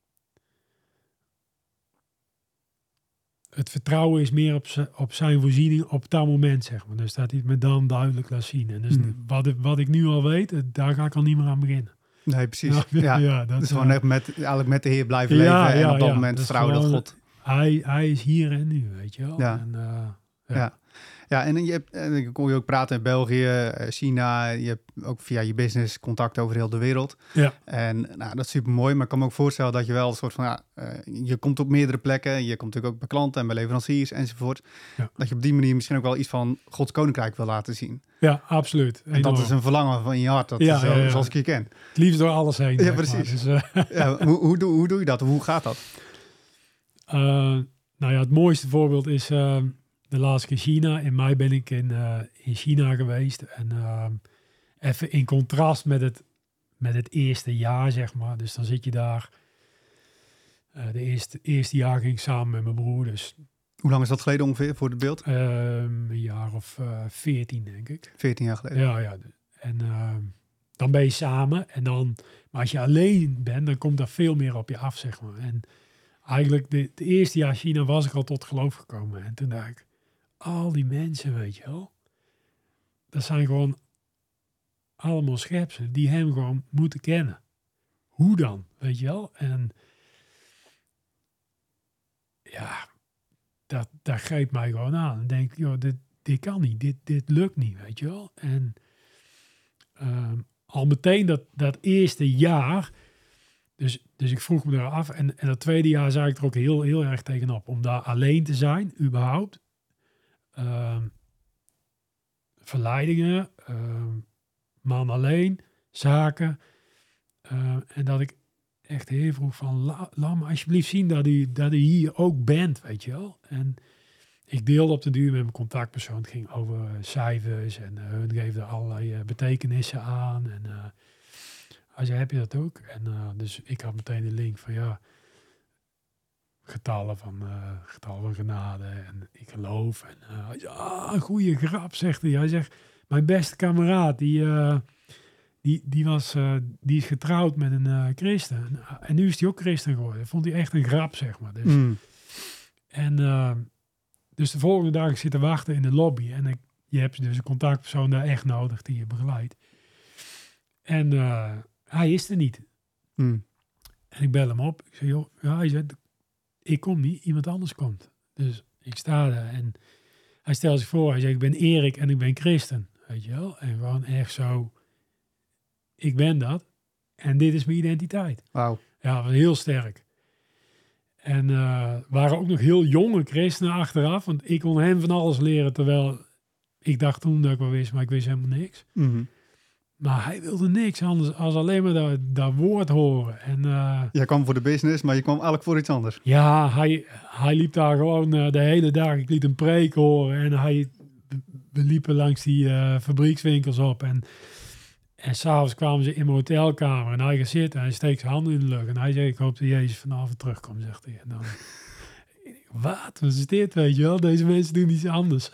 het vertrouwen is meer op, z- op zijn voorziening op dat moment, zeg maar. Dus dat hij het me dan duidelijk laat zien. En dus
Hmm.
wat, wat ik nu al weet, daar ga ik al niet meer aan beginnen.
Nee, precies.
Ja,
Ja,
ja, dat
dus
uh,
gewoon echt met, eigenlijk met de Heer blijven
ja,
leven. En
ja,
op dat
ja,
moment
dat
vertrouwen dat
gewoon,
God...
Hij, hij is hier en nu, weet je wel.
Ja.
En, uh,
Ja. ja. Ja, en je hebt, en ik kon je ook praten in België, China. Je hebt ook via je business contact over heel de wereld.
Ja.
En nou, dat is super mooi. Maar ik kan me ook voorstellen dat je wel een soort van... Ja, uh, je komt op meerdere plekken. Je komt natuurlijk ook bij klanten en bij leveranciers enzovoort. Ja. Dat je op die manier misschien ook wel iets van Gods Koninkrijk wil laten zien.
Ja, absoluut.
En dat is een verlangen van je hart. Dat
ja,
is zo,
ja, ja.
zoals ik je ken.
Het liefst door alles heen.
Ja, precies. Dus, uh, ja, hoe, hoe, doe, hoe doe je dat? Hoe gaat dat?
Uh, nou ja, het mooiste voorbeeld is... Uh, de laatste keer China. In mei ben ik in, uh, in China geweest. En uh, even in contrast met het, met het eerste jaar, zeg maar. Dus dan zit je daar. Uh, de eerste, eerste jaar ging ik samen met mijn broer. Dus,
hoe lang is dat geleden ongeveer voor het beeld?
Uh, een jaar of veertien, uh, denk ik.
veertien jaar geleden.
Ja, ja. En uh, dan ben je samen. En dan, maar als je alleen bent, dan komt er veel meer op je af, zeg maar. En eigenlijk de, het eerste jaar China was ik al tot geloof gekomen. En toen dacht ik, al die mensen, weet je wel, dat zijn gewoon allemaal schepselen die hem gewoon moeten kennen. Hoe dan, weet je wel? En ja, dat, dat greep mij gewoon aan. En denk, joh, dit, dit kan niet, dit, dit lukt niet, weet je wel? En um, al meteen dat, dat eerste jaar, dus, dus ik vroeg me daar af, en, en dat tweede jaar zag ik er ook heel, heel erg tegenop, om daar alleen te zijn, überhaupt. Uh, verleidingen, uh, man alleen, zaken. Uh, en dat ik echt heel vroeg van, la, laat me alsjeblieft zien dat u, dat u hier ook bent, weet je wel. En ik deelde op de duur met mijn contactpersoon. Het ging over uh, cijfers en uh, hun geven er allerlei uh, betekenissen aan. En uh, hij zei, heb je dat ook? En uh, dus ik had meteen de link van, ja, getallen van, uh, getallen van genade en ik geloof. En uh, hij zei, ah, een goede grap, zegt hij. Hij zegt, mijn beste kameraad, die... Uh, Die, die, was, uh, die is getrouwd met een uh, christen. En nu is hij ook christen geworden. Dat vond hij echt een grap, zeg maar. Dus,
mm.
En uh, dus de volgende dag ik zit te wachten in de lobby. En ik, je hebt dus een contactpersoon daar echt nodig die je begeleidt. En uh, hij is er niet.
Mm.
En ik bel hem op. Ik zeg, joh, ja, hij zegt, ik kom niet, iemand anders komt. Dus ik sta daar en hij stelt zich voor. Hij zegt, ik ben Erik en ik ben christen. Weet je wel? En gewoon echt zo... Ik ben dat. En dit is mijn identiteit.
Wauw.
Ja, dat was heel sterk. En uh, waren ook nog heel jonge christenen achteraf. Want ik kon hem van alles leren. Terwijl ik dacht toen dat ik wel wist. Maar ik wist helemaal niks.
Mm-hmm.
Maar hij wilde niks anders als alleen maar dat, dat woord horen. En, uh,
Jij kwam voor de business, maar je kwam eigenlijk voor iets anders.
Ja, hij, hij liep daar gewoon uh, de hele dag. Ik liet een preek horen. En hij, we liepen langs die uh, fabriekswinkels op. En... En s'avonds kwamen ze in mijn hotelkamer en hij gaat zitten en hij steekt zijn handen in de lucht. En hij zegt, ik hoop dat Jezus vanavond terugkomt, zegt hij. En dan, wat? Wat is dit, weet je wel? Deze mensen doen iets anders.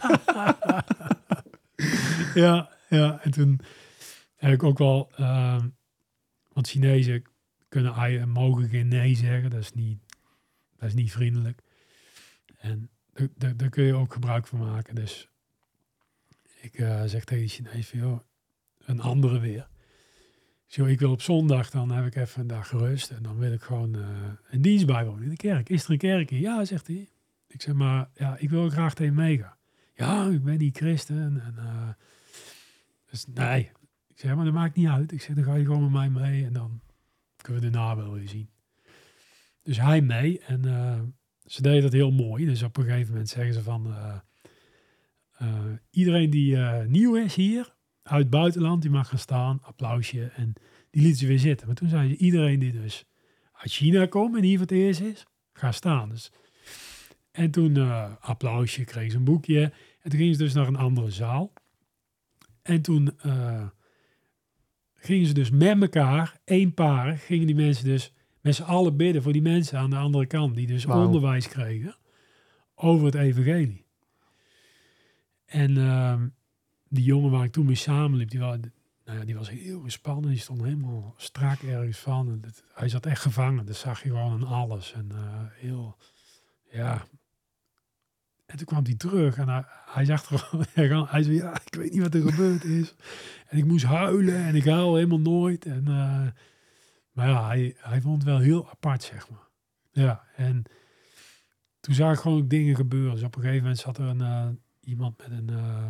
ja, ja. En toen heb ik ook wel, uh, want Chinezen kunnen, mogen geen nee zeggen. Dat is niet, dat is niet vriendelijk. En daar, daar kun je ook gebruik van maken. Dus ik uh, zeg tegen de Chinezen, joh, een andere weer. Zo, ik wil op zondag, dan heb ik even een dag gerust. En dan wil ik gewoon uh, een dienst bijwonen in de kerk. Is er een kerk in? Ja, zegt hij. Ik zeg maar, ja, ik wil graag tegen meegaan. Ja, ik ben niet christen. En, uh, dus nee. Ik zeg, maar dat maakt niet uit. Ik zeg, dan ga je gewoon met mij mee. En dan kunnen we daarna wel weer zien. Dus hij mee. En uh, ze deden dat heel mooi. Dus op een gegeven moment zeggen ze van... Uh, uh, iedereen die uh, nieuw is hier... uit het buitenland, die mag gaan staan, applausje. En die lieten ze weer zitten. Maar toen zei ze, iedereen die dus uit China komt en hier voor het eerst is, ga staan. Dus. En toen uh, applausje, kreeg ze een boekje. En toen gingen ze dus naar een andere zaal. En toen uh, gingen ze dus met elkaar, één paar, gingen die mensen dus met z'n allen bidden voor die mensen aan de andere kant. Die dus wow. onderwijs kregen over het evangelie. En... Uh, die jongen waar ik toen mee samenliep, die, was, nou ja, die was heel gespannen. Die stond helemaal strak ergens van. En het, hij zat echt gevangen. Dat zag je gewoon aan alles. En uh, heel, ja. En toen kwam hij terug en hij, hij zag er gewoon, hij zei, ja, ik weet niet wat er gebeurd is. En ik moest huilen en ik huil helemaal nooit. En, uh, maar ja, hij, hij vond het wel heel apart, zeg maar. Ja, en toen zag ik gewoon ook dingen gebeuren. Dus op een gegeven moment zat er een, uh, iemand met een... Uh,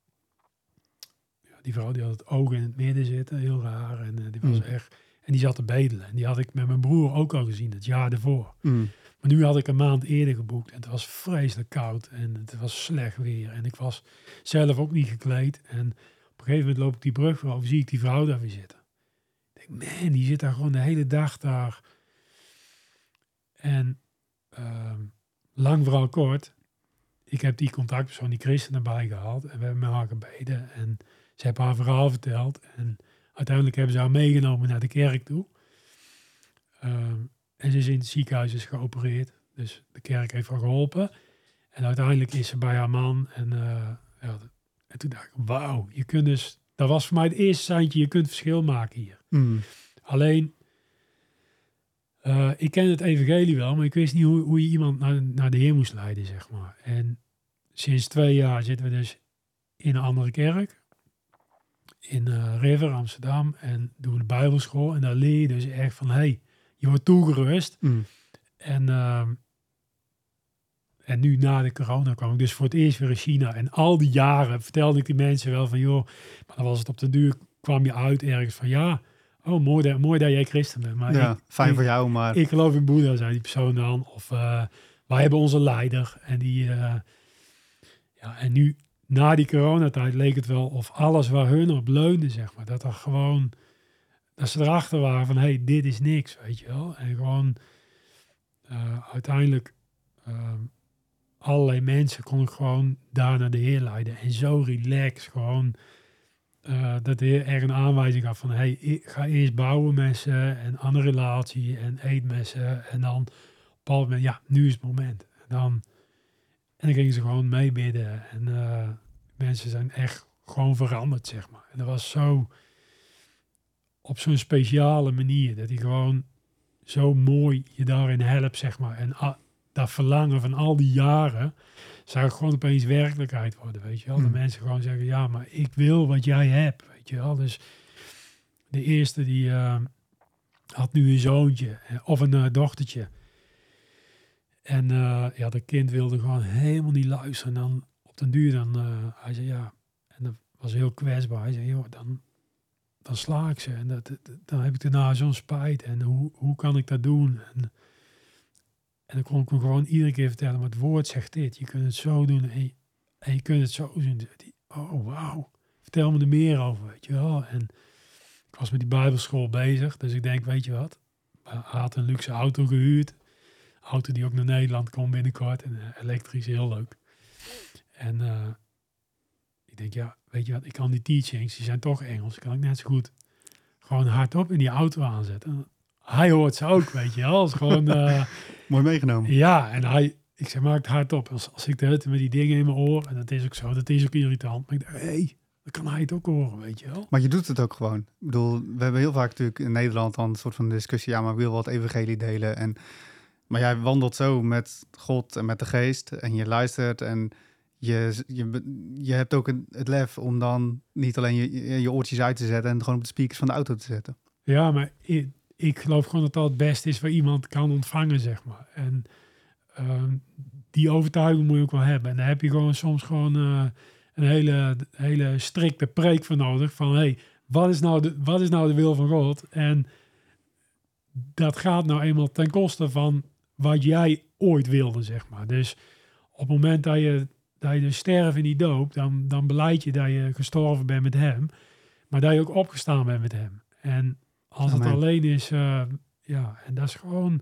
Die vrouw die had het oog in het midden zitten, heel raar. En uh, die was mm. echt. En die zat te bedelen. En die had ik met mijn broer ook al gezien, het jaar ervoor.
Mm.
Maar nu had ik een maand eerder geboekt. En het was vreselijk koud. En het was slecht weer. En ik was zelf ook niet gekleed. En op een gegeven moment loop ik die brug weer over. Zie ik die vrouw daar weer zitten. Ik denk, man, die zit daar gewoon de hele dag daar. En uh, lang verhaal kort. Ik heb die contactpersoon, die christen, erbij gehaald. En we hebben met haar gebeden. En ze heeft haar verhaal verteld. En uiteindelijk hebben ze haar meegenomen naar de kerk toe. Um, en ze is in het ziekenhuis is geopereerd. Dus de kerk heeft haar geholpen. En uiteindelijk is ze bij haar man. En, uh, ja, en toen dacht ik, wauw. Je kunt dus, dat was voor mij het eerste seintje. Je kunt verschil maken hier.
Mm.
Alleen, uh, ik ken het evangelie wel. Maar ik wist niet hoe, hoe je iemand naar, naar de Heer moest leiden, zeg maar. En sinds twee jaar zitten we dus in een andere kerk. In uh, River, Amsterdam. En doen we de Bijbelschool. En daar leer je dus echt van, hey, je wordt toegerust.
Mm.
En, uh, en nu na de corona kwam ik dus voor het eerst weer in China. En al die jaren vertelde ik die mensen wel van, joh, maar dan was het op de duur, kwam je uit ergens van, ja, oh, mooi dat, mooi dat jij christen bent. Maar
ja,
ik,
fijn
ik,
voor jou, maar...
Ik geloof in Boeddha, zei die persoon dan. Of uh, wij hebben onze leider. En die, uh, ja, en nu, na die coronatijd leek het wel of alles waar hun op leunde, zeg maar, dat er gewoon dat ze erachter waren van, hé, hey, dit is niks, weet je wel. En gewoon uh, uiteindelijk uh, allerlei mensen kon ik gewoon daar naar de Heer leiden. En zo relaxed, gewoon uh, dat de Heer echt een aanwijzing gaf van, hé, hey, ik ga eerst bouwen met ze en aan een relatie en eet met ze. En dan op een bepaald moment, ja, nu is het moment. En dan, en dan gingen ze gewoon meebidden. En uh, mensen zijn echt gewoon veranderd, zeg maar. En dat was zo op zo'n speciale manier, dat hij gewoon zo mooi je daarin helpt, zeg maar. En a, dat verlangen van al die jaren zou gewoon opeens werkelijkheid worden, weet je wel.
Hmm.
De mensen gewoon zeggen, ja, maar ik wil wat jij hebt, weet je wel. Dus de eerste die uh, had nu een zoontje of een uh, dochtertje. En uh, ja, dat kind wilde gewoon helemaal niet luisteren. En dan op den duur dan, uh, hij zei ja, en dat was heel kwetsbaar. Hij zei, joh, dan, dan sla ik ze. En dat, dat, dan heb ik daarna zo'n spijt. En hoe, hoe kan ik dat doen? En, en dan kon ik hem gewoon iedere keer vertellen, maar het woord zegt dit. Je kunt het zo doen en je, en je kunt het zo doen. Oh, wauw. Vertel me er meer over, weet je wel. En ik was met die bijbelschool bezig. Dus ik denk, weet je wat? Hij had een luxe auto gehuurd. Auto die ook naar Nederland komt binnenkort. En uh, elektrisch, heel leuk. En uh, ik denk, ja, weet je wat? Ik kan die teachings, die zijn toch Engels. Kan ik net zo goed gewoon hardop in die auto aanzetten. Hij hoort ze ook, weet je wel. Als gewoon... Uh,
Mooi meegenomen.
Ja, en hij... Ik zeg, maak het hardop. Als, als ik de hele tijd met die dingen in mijn oor... En dat is ook zo, dat is ook irritant. Maar ik dacht, hé, hey, dan kan hij het ook horen, weet je wel.
Maar je doet het ook gewoon. Ik bedoel, we hebben heel vaak natuurlijk in Nederland dan een soort van discussie. Ja, maar ik wil wat evangelie delen. En, maar jij wandelt zo met God en met de geest. En je luistert en je, je, je hebt ook een, het lef om dan niet alleen je, je oortjes uit te zetten... en gewoon op de speakers van de auto te zetten.
Ja, maar ik, ik geloof gewoon dat dat het beste is... waar iemand kan ontvangen, zeg maar. En um, die overtuiging moet je ook wel hebben. En daar heb je gewoon soms gewoon... Uh, een hele, hele strikte preek voor nodig. Van, hé, hey, wat is nou de, wat is nou de wil van God? En dat gaat nou eenmaal ten koste van wat jij ooit wilde, zeg maar. Dus op het moment dat je, dat je dus sterft in die doop, dan, dan beleid je dat je gestorven bent met hem. Maar dat je ook opgestaan bent met hem. En als Amen. Het alleen is, uh, ja, en dat is gewoon...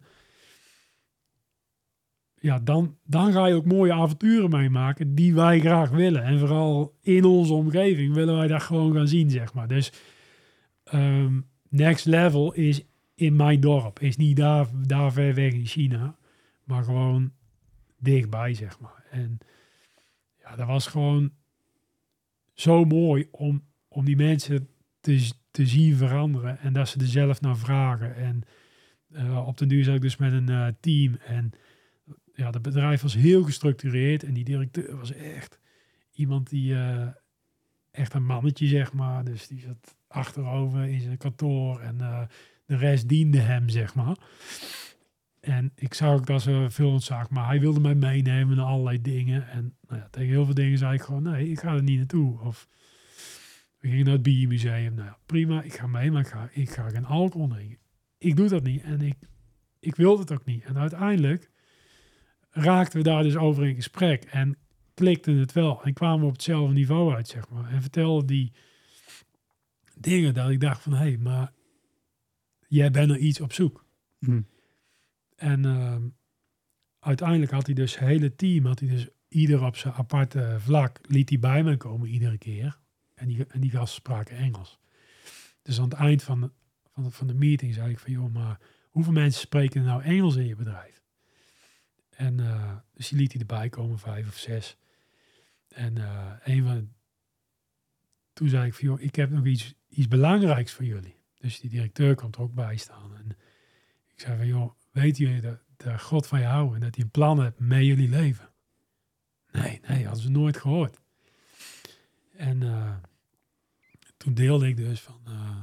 Ja, dan, dan ga je ook mooie avonturen meemaken die wij graag willen. En vooral in onze omgeving willen wij dat gewoon gaan zien, zeg maar. Dus um, next level is in mijn dorp. Is niet daar, daar ver weg in China, maar gewoon dichtbij, zeg maar. En ja, dat was gewoon zo mooi om, om die mensen te, te zien veranderen. En dat ze er zelf naar vragen. En uh, op den duur zat ik dus met een uh, team en... Ja, het bedrijf was heel gestructureerd en die directeur was echt iemand die, uh, echt een mannetje, zeg maar. Dus die zat achterover in zijn kantoor en uh, de rest diende hem, zeg maar. En ik zag ook dat ze veel ontzag, maar hij wilde mij meenemen naar allerlei dingen. En nou ja, tegen heel veel dingen zei ik gewoon, nee, ik ga er niet naartoe. Of we gingen naar het Biermuseum. Nou ja, prima, ik ga mee, maar ik ga, ik ga geen alcohol drinken. Ik doe dat niet en ik, ik wilde het ook niet. En uiteindelijk raakten we daar dus over in gesprek en klikte het wel. En kwamen we op hetzelfde niveau uit, zeg maar. En vertelde die dingen dat ik dacht van, hé, hey, maar jij bent er iets op zoek.
Hmm.
En uh, uiteindelijk had hij dus het hele team, had hij dus ieder op zijn aparte vlak, liet hij bij me komen iedere keer. En die, en die gasten spraken Engels. Dus aan het eind van de, van de, van de meeting zei ik van, joh, maar hoeveel mensen spreken nou Engels in je bedrijf? En uh, dus die liet hij erbij komen, vijf of zes. En uh, een van de, toen zei ik van, joh, ik heb nog iets, iets belangrijks voor jullie. Dus die directeur kwam er ook bij staan. En ik zei van, joh, weten jullie dat, dat God van je houdt en dat hij een plan heeft met jullie leven? Nee, nee, hadden ze nooit gehoord. En uh, toen deelde ik dus van, uh,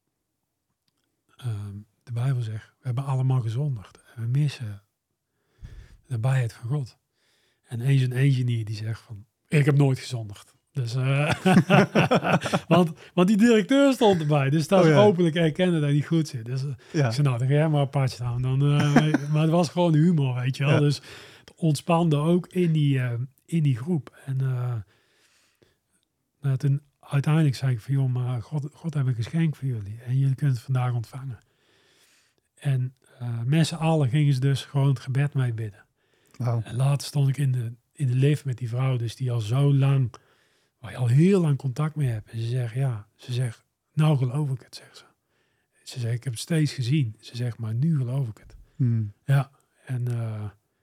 uh, de Bijbel zegt, we hebben allemaal gezondigd. En we missen de nabijheid van God. En eens een engineer die zegt van, ik heb nooit gezondigd. Dus, uh, want, want die directeur stond erbij. Dus dat is oh, ja. openlijk erkennen dat hij niet goed zit. Dus uh, ja. ik zei, nou, dan ga jij maar apart staan. Dan, uh, maar het was gewoon humor, weet je wel. Ja. Dus het ontspande ook in die, uh, in die groep. En uh, nou, toen uiteindelijk zei ik van, joh, maar God, God heeft een geschenk voor jullie. En jullie kunnen het vandaag ontvangen. En uh, met z'n allen gingen ze dus gewoon het gebed mee bidden.
Wow.
En later stond ik in de, in de lift met die vrouw, dus die al zo lang, waar je al heel lang contact mee hebt. En ze zegt, ja, ze zegt, nou geloof ik het, zegt ze. Ze zegt, ik heb het steeds gezien. Ze zegt, maar nu geloof ik het.
Hmm.
Ja, en uh,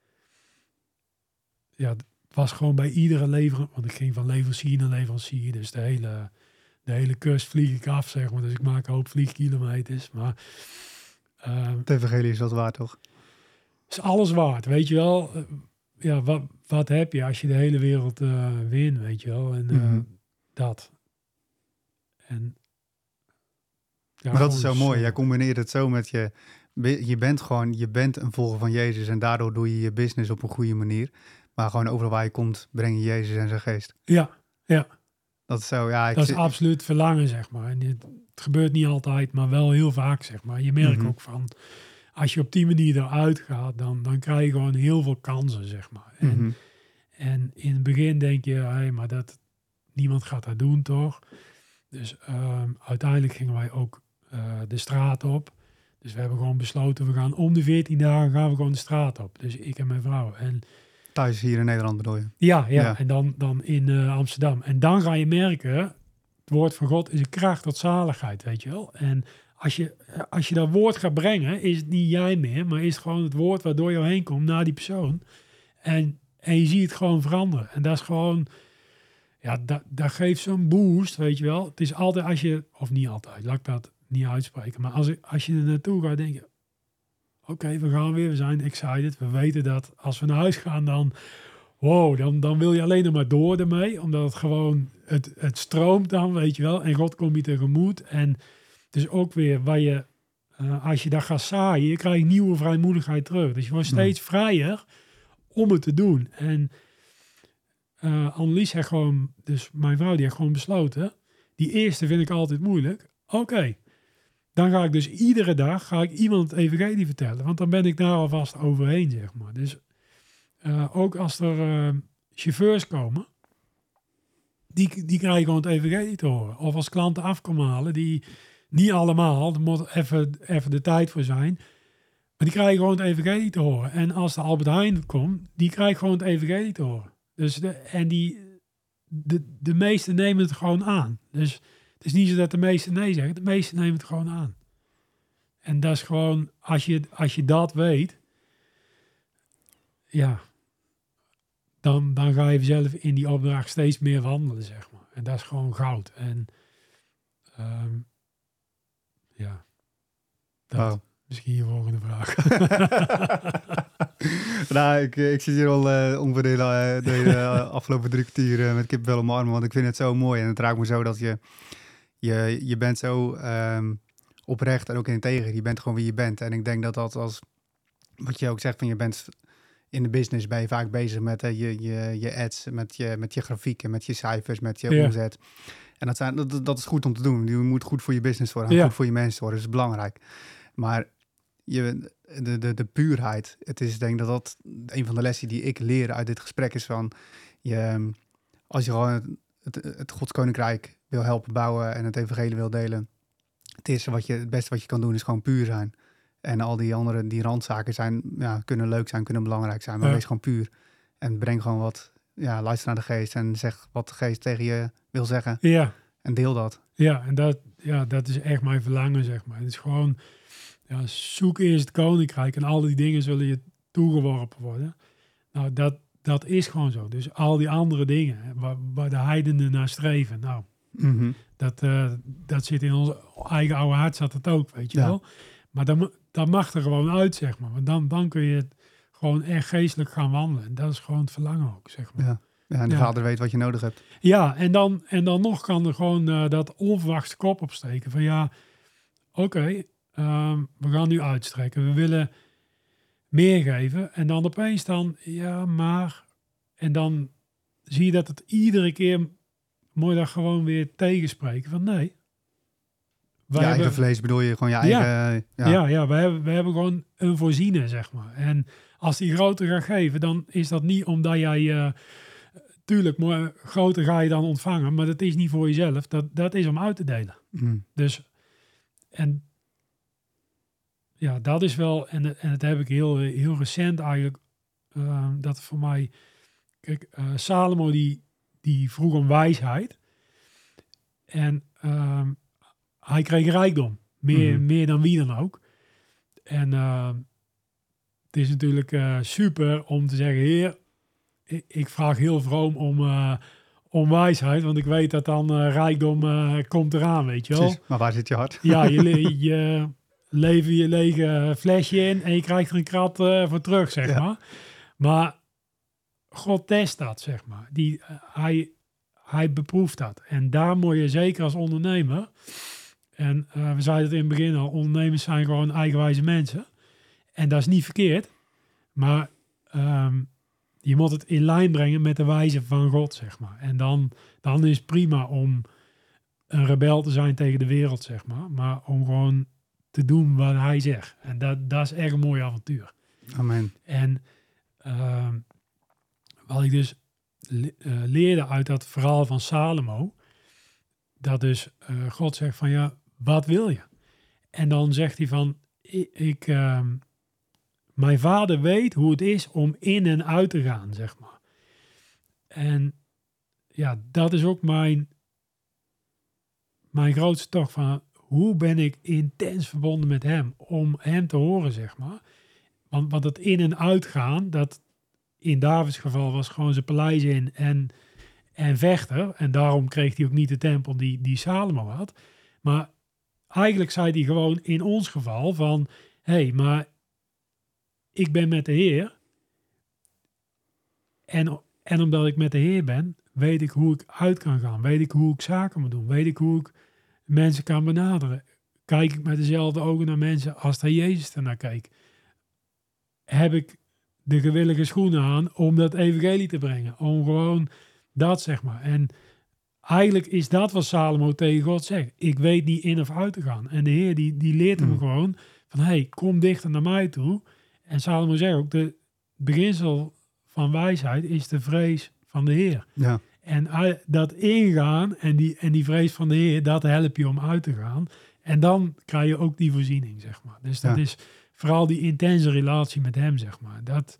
ja, het was gewoon bij iedere leverancier, want ik ging van leverancier naar leverancier, dus de hele, de hele kust vlieg ik af, zeg maar. Dus ik maak een hoop vliegkilometers, maar... Uh,
het evangelie is wat waard, toch?
Is alles waard, weet je wel. Uh, ja, wat, wat heb je als je de hele wereld uh, wint, weet je wel. En uh, mm-hmm. dat. En...
Ja, maar dat is zo mooi. Jij combineert het zo met je... Je bent gewoon... Je bent een volger van Jezus en daardoor doe je je business op een goede manier. Maar gewoon overal waar je komt, breng je Jezus en zijn geest.
Ja, ja.
Dat is zo, ja. Ik
dat
zit...
is absoluut verlangen, zeg maar. En het, het gebeurt niet altijd, maar wel heel vaak, zeg maar. Je merkt mm-hmm. ook van... Als je op die manier eruit gaat, dan, dan krijg je gewoon heel veel kansen, zeg maar. En,
mm-hmm.
en in het begin denk je, hey, maar dat, niemand gaat dat doen, toch? Dus um, uiteindelijk gingen wij ook uh, de straat op. Dus we hebben gewoon besloten, we gaan om de veertien dagen gaan we gewoon de straat op. Dus ik en mijn vrouw. En,
thuis hier in Nederland bedoel je?
Ja, ja, ja. En dan, dan in uh, Amsterdam. En dan ga je merken, het woord van God is een kracht tot zaligheid, weet je wel. En als je, als je dat woord gaat brengen, is het niet jij meer, maar is het gewoon het woord waardoor je heen komt naar die persoon. En, en je ziet het gewoon veranderen. En dat is gewoon, ja, dat, dat geeft zo'n boost, weet je wel. Het is altijd als je, of niet altijd, laat ik dat niet uitspreken, maar als, als je er naartoe gaat, denk je, oké, okay, we gaan weer, we zijn excited. We weten dat als we naar huis gaan, dan, wow, dan, dan wil je alleen nog maar door ermee, omdat het gewoon, het, het stroomt dan, weet je wel. En God komt je tegemoet en... Dus ook weer, waar je, uh, als je dat gaat zaaien, je krijgt nieuwe vrijmoedigheid terug. Dus je wordt steeds mm. vrijer om het te doen. En uh, Annelies heeft gewoon, dus mijn vrouw, die heeft gewoon besloten, die eerste vind ik altijd moeilijk. Oké, okay, dan ga ik dus iedere dag, ga ik iemand het evangelie vertellen. Want dan ben ik daar alvast overheen, zeg maar. Dus uh, ook als er uh, chauffeurs komen, die, die krijgen gewoon het evangelie te horen. Of als klanten afkomen halen, die... Niet allemaal, er moet even, even de tijd voor zijn. Maar die krijgen gewoon het evangelie te horen. En als de Albert Heijn komt, die krijgt gewoon het evangelie te horen. Dus de, en die, de, de meesten nemen het gewoon aan. Dus het is niet zo dat de meesten nee zeggen. De meesten nemen het gewoon aan. En dat is gewoon, als je, als je dat weet, ja, dan, dan ga je zelf in die opdracht steeds meer wandelen, zeg maar. En dat is gewoon goud. En... Um, Ja, dat wow. Misschien je volgende vraag.
nou, ik, ik zit hier al uh, ongeveer de hele, de hele afgelopen drie kwartier uh, met kippenvel om mijn armen, want ik vind het zo mooi. En het raakt me zo dat je, je, je bent zo um, oprecht en ook integer. Je bent gewoon wie je bent. En ik denk dat dat als, wat je ook zegt, van je bent in de business, ben je vaak bezig met uh, je, je, je ads, met je, met je grafieken, met je cijfers, met je ja. omzet. En dat, zijn, dat, dat is goed om te doen. Je moet goed voor je business worden, ja. goed voor je mensen worden. Dat is belangrijk. Maar je, de, de, de puurheid, het is, ik denk dat dat een van de lessen die ik leer uit dit gesprek is van, je, als je gewoon het, het, het Gods Koninkrijk wil helpen bouwen en het evangelie wil delen, het eerste wat je, het beste wat je kan doen is gewoon puur zijn. En al die andere, die randzaken zijn, ja, kunnen leuk zijn, kunnen belangrijk zijn, maar ja. wees gewoon puur. En breng gewoon wat, ja, luister naar de geest en zeg wat de geest tegen je wil zeggen.
Ja.
En deel dat.
Ja, en dat, ja, dat is echt mijn verlangen, zeg maar. Het is gewoon, ja, zoek eerst het koninkrijk en al die dingen zullen je toegeworpen worden. Nou, dat, dat is gewoon zo. Dus al die andere dingen, waar, waar de heidenen naar streven, nou,
mm-hmm.
dat, uh, dat zit in ons eigen oude hart, zat het ook, weet je ja. wel. Maar dat, dat mag er gewoon uit, zeg maar. Want dan, dan kun je het gewoon echt geestelijk gaan wandelen. En dat is gewoon het verlangen ook, zeg maar.
Ja. Ja, en de ja. vader weet wat je nodig hebt.
Ja, en dan, en dan nog kan er gewoon uh, dat onverwachte kop opsteken. Van ja, oké, okay, um, we gaan nu uitstrekken. We willen meer geven. En dan opeens dan, ja, maar... En dan zie je dat het iedere keer... Mooi dat gewoon weer tegenspreken. Van nee.
Je eigen hebben, vlees bedoel je? Gewoon je eigen...
Ja, ja, ja, ja we, hebben, we hebben gewoon een voorziener, zeg maar. En als die groter gaat geven, dan is dat niet omdat jij... Uh, tuurlijk, mooi, groter ga je dan ontvangen, maar dat is niet voor jezelf. Dat, dat is om uit te delen.
Mm.
Dus, en ja, dat is wel, en, en dat heb ik heel, heel recent eigenlijk, uh, dat voor mij, kijk, uh, Salomo die, die vroeg om wijsheid. En uh, hij kreeg rijkdom. Meer,
Mm-hmm.
meer dan wie dan ook. En uh, het is natuurlijk uh, super om te zeggen, Heer, ik, ik vraag heel vroom om, uh, om wijsheid, want ik weet dat dan uh, rijkdom uh, komt eraan, weet je wel.
Precies, maar waar zit je hart?
Ja, je, le- je lever je lege flesje in en je krijgt er een krat uh, voor terug, zeg
Ja.
maar. Maar God test dat, zeg maar. Die, uh, hij, hij beproeft dat. En daar moet je zeker als ondernemer, en uh, we zeiden het in het begin al, ondernemers zijn gewoon eigenwijze mensen. En dat is niet verkeerd, maar um, je moet het in lijn brengen met de wijze van God, zeg maar. En dan, dan is het prima om een rebel te zijn tegen de wereld, zeg maar. Maar om gewoon te doen wat hij zegt. En dat, dat is echt een mooi avontuur.
Amen.
En uh, wat ik dus le- uh, leerde uit dat verhaal van Salomo, dat dus uh, God zegt van, ja, wat wil je? En dan zegt hij van, ik, ik uh, mijn vader weet hoe het is om in en uit te gaan, zeg maar. En ja, dat is ook mijn, mijn grootste tocht van, hoe ben ik intens verbonden met hem, om hem te horen, zeg maar. Want, want het in en uitgaan, dat in Davids geval was gewoon zijn paleis in en, en vechten. En daarom kreeg hij ook niet de tempel die, die Salomo had. Maar eigenlijk zei hij gewoon in ons geval van, hé, hey, maar ik ben met de Heer. En, en omdat ik met de Heer ben, weet ik hoe ik uit kan gaan. Weet ik hoe ik zaken moet doen. Weet ik hoe ik mensen kan benaderen. Kijk ik met dezelfde ogen naar mensen als dat Jezus ernaar keek. Heb ik de gewillige schoenen aan om dat evangelie te brengen. Om gewoon dat, zeg maar. En eigenlijk is dat wat Salomo tegen God zegt. Ik weet niet in of uit te gaan. En de Heer die, die leert hem mm. gewoon van, hé, hey, kom dichter naar mij toe. En Salomo zegt ook, de beginsel van wijsheid is de vrees van de Heer.
Ja.
En dat ingaan en die, en die vrees van de Heer, dat helpt je om uit te gaan. En dan krijg je ook die voorziening, zeg maar. Dus dat ja. is vooral die intense relatie met hem, zeg maar. Dat,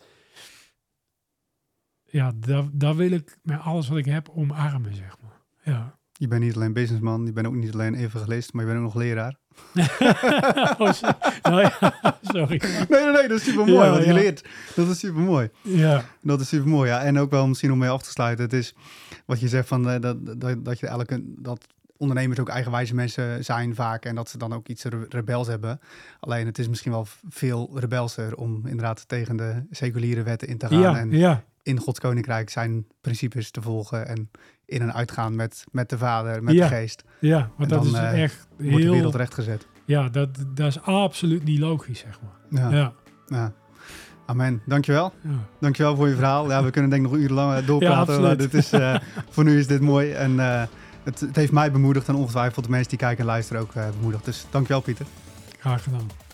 ja, dat, dat wil ik met alles wat ik heb omarmen, zeg maar. Ja.
Je bent niet alleen businessman, je bent ook niet alleen evangelist, maar je bent ook nog leraar.
oh, so, nou ja, sorry.
Nee, nee, nee, dat is super mooi. Ja, wat je ja. leert, dat is super mooi.
Ja.
Dat is super mooi, ja. En ook wel misschien om mee af te sluiten. Het is wat je zegt van uh, dat, dat, dat je elke dat ondernemers ook eigenwijze mensen zijn vaak en dat ze dan ook iets re- rebels hebben. Alleen het is misschien wel veel rebelser om inderdaad tegen de seculiere wetten in te gaan
ja,
en
ja.
in Gods koninkrijk zijn principes te volgen en in en uitgaan met, met de Vader, met
ja.
de Geest.
Ja, want
en
dat
dan,
is
uh,
echt heel...
wordt de wereld rechtgezet.
Ja, dat, dat is absoluut niet logisch, zeg maar.
Ja.
ja.
ja. Amen. Dankjewel.
Ja.
Dankjewel voor je verhaal. Ja, we kunnen denk ik nog urenlang doorpraten.
Ja,
maar dit is, uh, voor nu is dit mooi. En uh, het, het heeft mij bemoedigd en ongetwijfeld de mensen die kijken en luisteren ook uh, bemoedigd. Dus dankjewel, Pieter.
Graag gedaan.